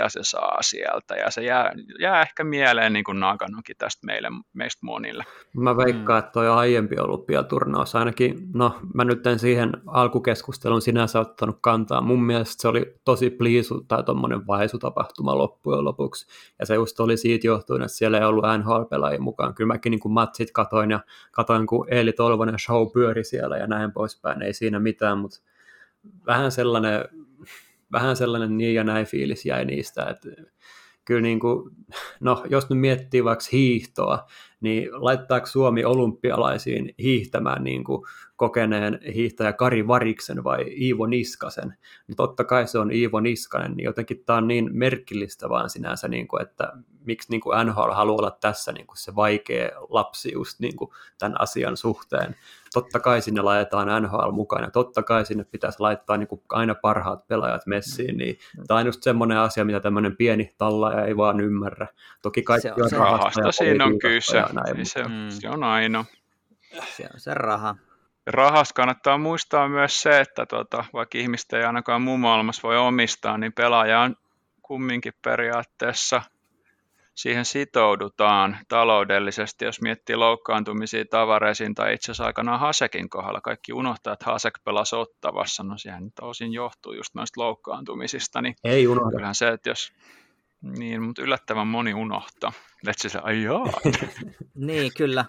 mitä se saa sieltä, ja se jää, jää ehkä mieleen niin kuin Naganokin tästä meille, meistä monille. Mä veikkaan, että toi aiempi olympiaturnaus ainakin, no mä nyt en siihen alkukeskustelun sinänsä ottanut kantaa, mun mielestä se oli tosi pliisu tai tommonen vaisutapahtuma loppujen lopuksi, ja se just oli siitä johtuen, että siellä ei ollut N H L-pelaajia mukaan, kyllä mäkin niin kuin matsit katoin, ja katoin kun Eeli Tolvanen show pyöri siellä ja näin poispäin, ei siinä mitään, mutta vähän sellainen, vähän sellainen niin ja näin fiilis jäi niistä, että kyllä niin kuin, no jos nyt miettii vaikka hiihtoa, niin laittaako Suomi olympialaisiin hiihtämään niin kuin kokeneen hiihtäjä Kari Variksen vai Iivo Niskasen? No totta kai se on Iivo Niskanen, niin jotenkin tämä on niin merkillistä vaan sinänsä, niin kuin, että miksi niin kuin N H L haluaa olla tässä niin kuin se vaikea lapsi just niin kuin tämän asian suhteen. Totta kai sinne laitetaan N H L mukaan, ja totta kai sinne pitäisi laittaa niin kuin aina parhaat pelaajat messiin, niin tämä on just semmoinen asia, mitä tämmöinen pieni tallaaja ei vaan ymmärrä. Toki kaikki se on, on se rahasta, siinä on kyse, näin, se, mm. se on aina. Se on se raha. Rahasta kannattaa muistaa myös se, että tota, vaikka ihmistä ei ainakaan muun maailmassa voi omistaa, niin pelaaja on kumminkin periaatteessa, siihen sitoudutaan taloudellisesti, jos miettii loukkaantumisia Tavaresin tai itse asiassa aikanaan Hasekin kohdalla. Kaikki unohtaa, että Hasek pelasi Ottavassa, no sehän nyt osin johtuu just noista loukkaantumisista. Niin ei unohda. Kyllähän se, että jos, niin, mutta yllättävän moni unohtaa. Että se, ai jaa. Niin, kyllä.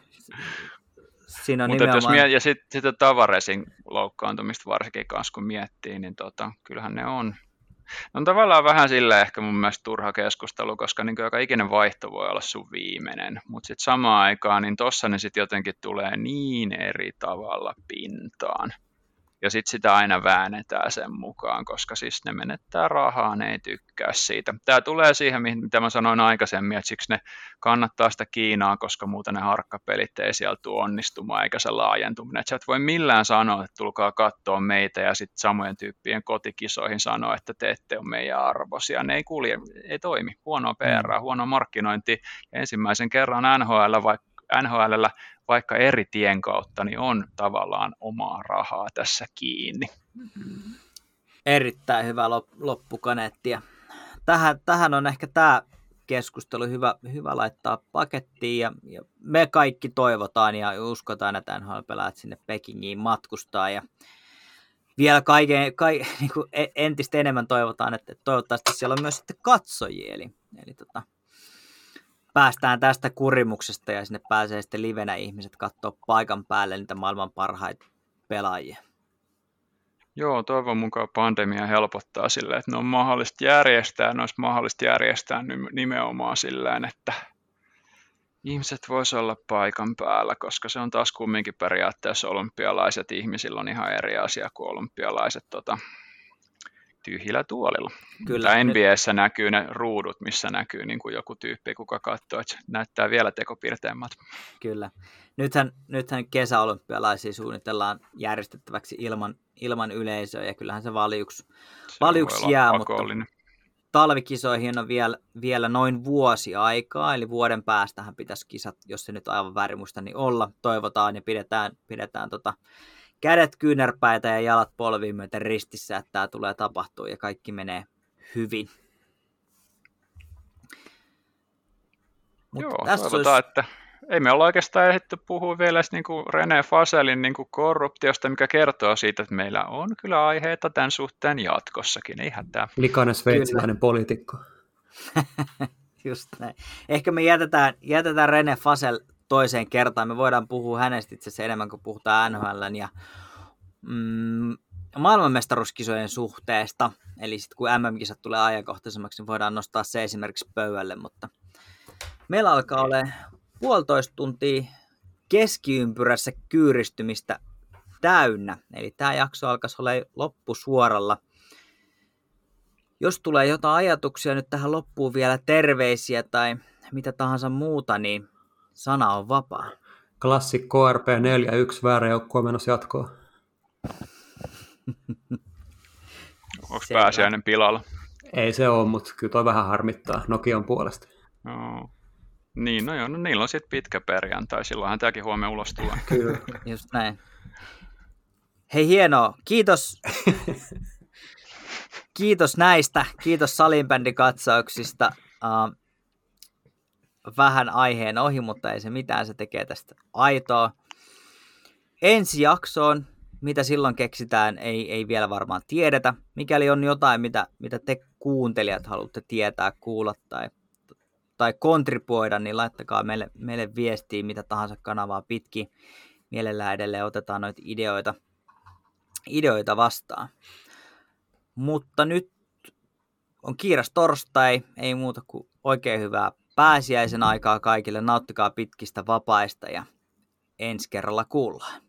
Siinä on mutta nimenomaan... jos miet, ja sitten sit Tavaresin loukkaantumista varsinkin kanssa, kun miettii, niin tota, kyllähän ne on. On tavallaan vähän silleen ehkä mun mielestä turha keskustelu, koska niin joka ikinen vaihto voi olla sun viimeinen, mutta sitten samaan aikaan niin tossa ne sitten jotenkin tulee niin eri tavalla pintaan. Ja sitten sitä aina väännetään sen mukaan, koska siis ne menettää rahaa, ne ei tykkää siitä. Tämä tulee siihen, mitä mä sanoin aikaisemmin, että siksi ne kannattaa sitä Kiinaa, koska muuten ne harkkapelit ei sieltä tule onnistumaan eikä se laajentuminen. Et sä et voi millään sanoa, että tulkaa katsoa meitä ja sitten samojen tyyppien kotikisoihin sanoa, että te ette ole meidän arvoisia. Ne ei kulje, ei toimi. Huonoa P R, huonoa markkinointi. Ja ensimmäisen kerran N H L, vaikka N H L:llä vaikka eri tien kautta, niin on tavallaan omaa rahaa tässä kiinni. Erittäin hyvä loppukaneetti. Ja tähän, tähän on ehkä tämä keskustelu hyvä, hyvä laittaa pakettiin. Ja, ja me kaikki toivotaan ja uskotaan, että N H L-pelaajat sinne Pekingiin matkustaa. Ja vielä kaiken, kaiken, niin kuin entistä enemmän toivotaan, että toivottavasti siellä on myös sitten katsojia. Eli, eli tota, päästään tästä kurimuksesta ja sinne pääsee sitten livenä ihmiset katsoa paikan päälle niitä maailman parhaita pelaajia. Joo, toivon mukaan pandemia helpottaa silleen, että ne on mahdollista järjestää, ne olisi mahdollista järjestää nimenomaan silleen, että ihmiset voisivat olla paikan päällä, koska se on taas kumminkin periaatteessa olympialaiset, ihmisillä on ihan eri asia kuin olympialaiset tota, tyhjillä tuolilla. Kyllä. N B A:ssä näkyy ne ruudut, missä näkyy niin kuin joku tyyppi, kuka katsoo, että näyttää vielä tekopirteemmät. Kyllä. Nythän, nythän kesäolympialaisia suunnitellaan järjestettäväksi ilman, ilman yleisöä, ja kyllähän se valjuksi, valjuksi jää, pakollinen. Mutta talvikisoihin on vielä, vielä noin vuosi aikaa, eli vuoden päästähän pitäisi kisat, jos se nyt aivan väärin muista, niin olla, toivotaan ja pidetään, pidetään tota kädet kyynärpäitä ja jalat polviin myöten ristissä, että tämä tulee tapahtua ja kaikki menee hyvin. Mut Joo, toivotaan, olisi... että ei me olla oikeastaan ehditty puhua vielä niin kuin René Faselin niin kuin korruptiosta, mikä kertoo siitä, että meillä on kyllä aiheita tämän suhteen jatkossakin. Ei hätää. Likainen sveitsiläinen poliitikko. Just näin. Ehkä me jätetään, jätetään René Fasel toiseen kertaan. Me voidaan puhua hänestä itse asiassa enemmän kuin puhutaan N H L:n ja mm, maailmanmestaruuskisojen suhteesta. Eli sitten kun M M-kisat tulee ajankohtaisemmaksi, niin voidaan nostaa se esimerkiksi pöydälle. Mutta meillä alkaa olla puolitoista tuntia keskiympyrässä kyyristymistä täynnä. Eli tämä jakso alkaisi olla loppusuoralla. Jos tulee jotain ajatuksia nyt tähän loppuun vielä, terveisiä tai mitä tahansa muuta, niin sana on vapaa. Klassikko K R P neljä yksi väärä joukkue menossa jatkoon. Onko pääsiäinen pilalla? Ei se ole, mutta kyllä toi vähän harmittaa Nokian puolesta. No. Niin, no joo, no niillä on sitten pitkä perjantai, silloinhan tämäkin huomenna ulos tulee. Kyllä. Just näin. Hei hienoa, kiitos. kiitos näistä, kiitos Salinbändikatsauksista. Uh, vähän aiheen ohi, mutta ei se mitään, se tekee tästä aitoa. Ensi jaksoon, mitä silloin keksitään, ei, ei vielä varmaan tiedetä. Mikäli on jotain, mitä, mitä te kuuntelijat haluatte tietää, kuulla tai, tai kontribuoida, niin laittakaa meille, meille viestiä, mitä tahansa kanavaa pitkin. Mielellään edelleen otetaan noita ideoita, ideoita vastaan. Mutta nyt on kiiras torstai, ei muuta kuin oikein hyvää pääsiäisen aikaa kaikille. Nauttikaa pitkistä vapaista ja ensi kerralla kuullaan.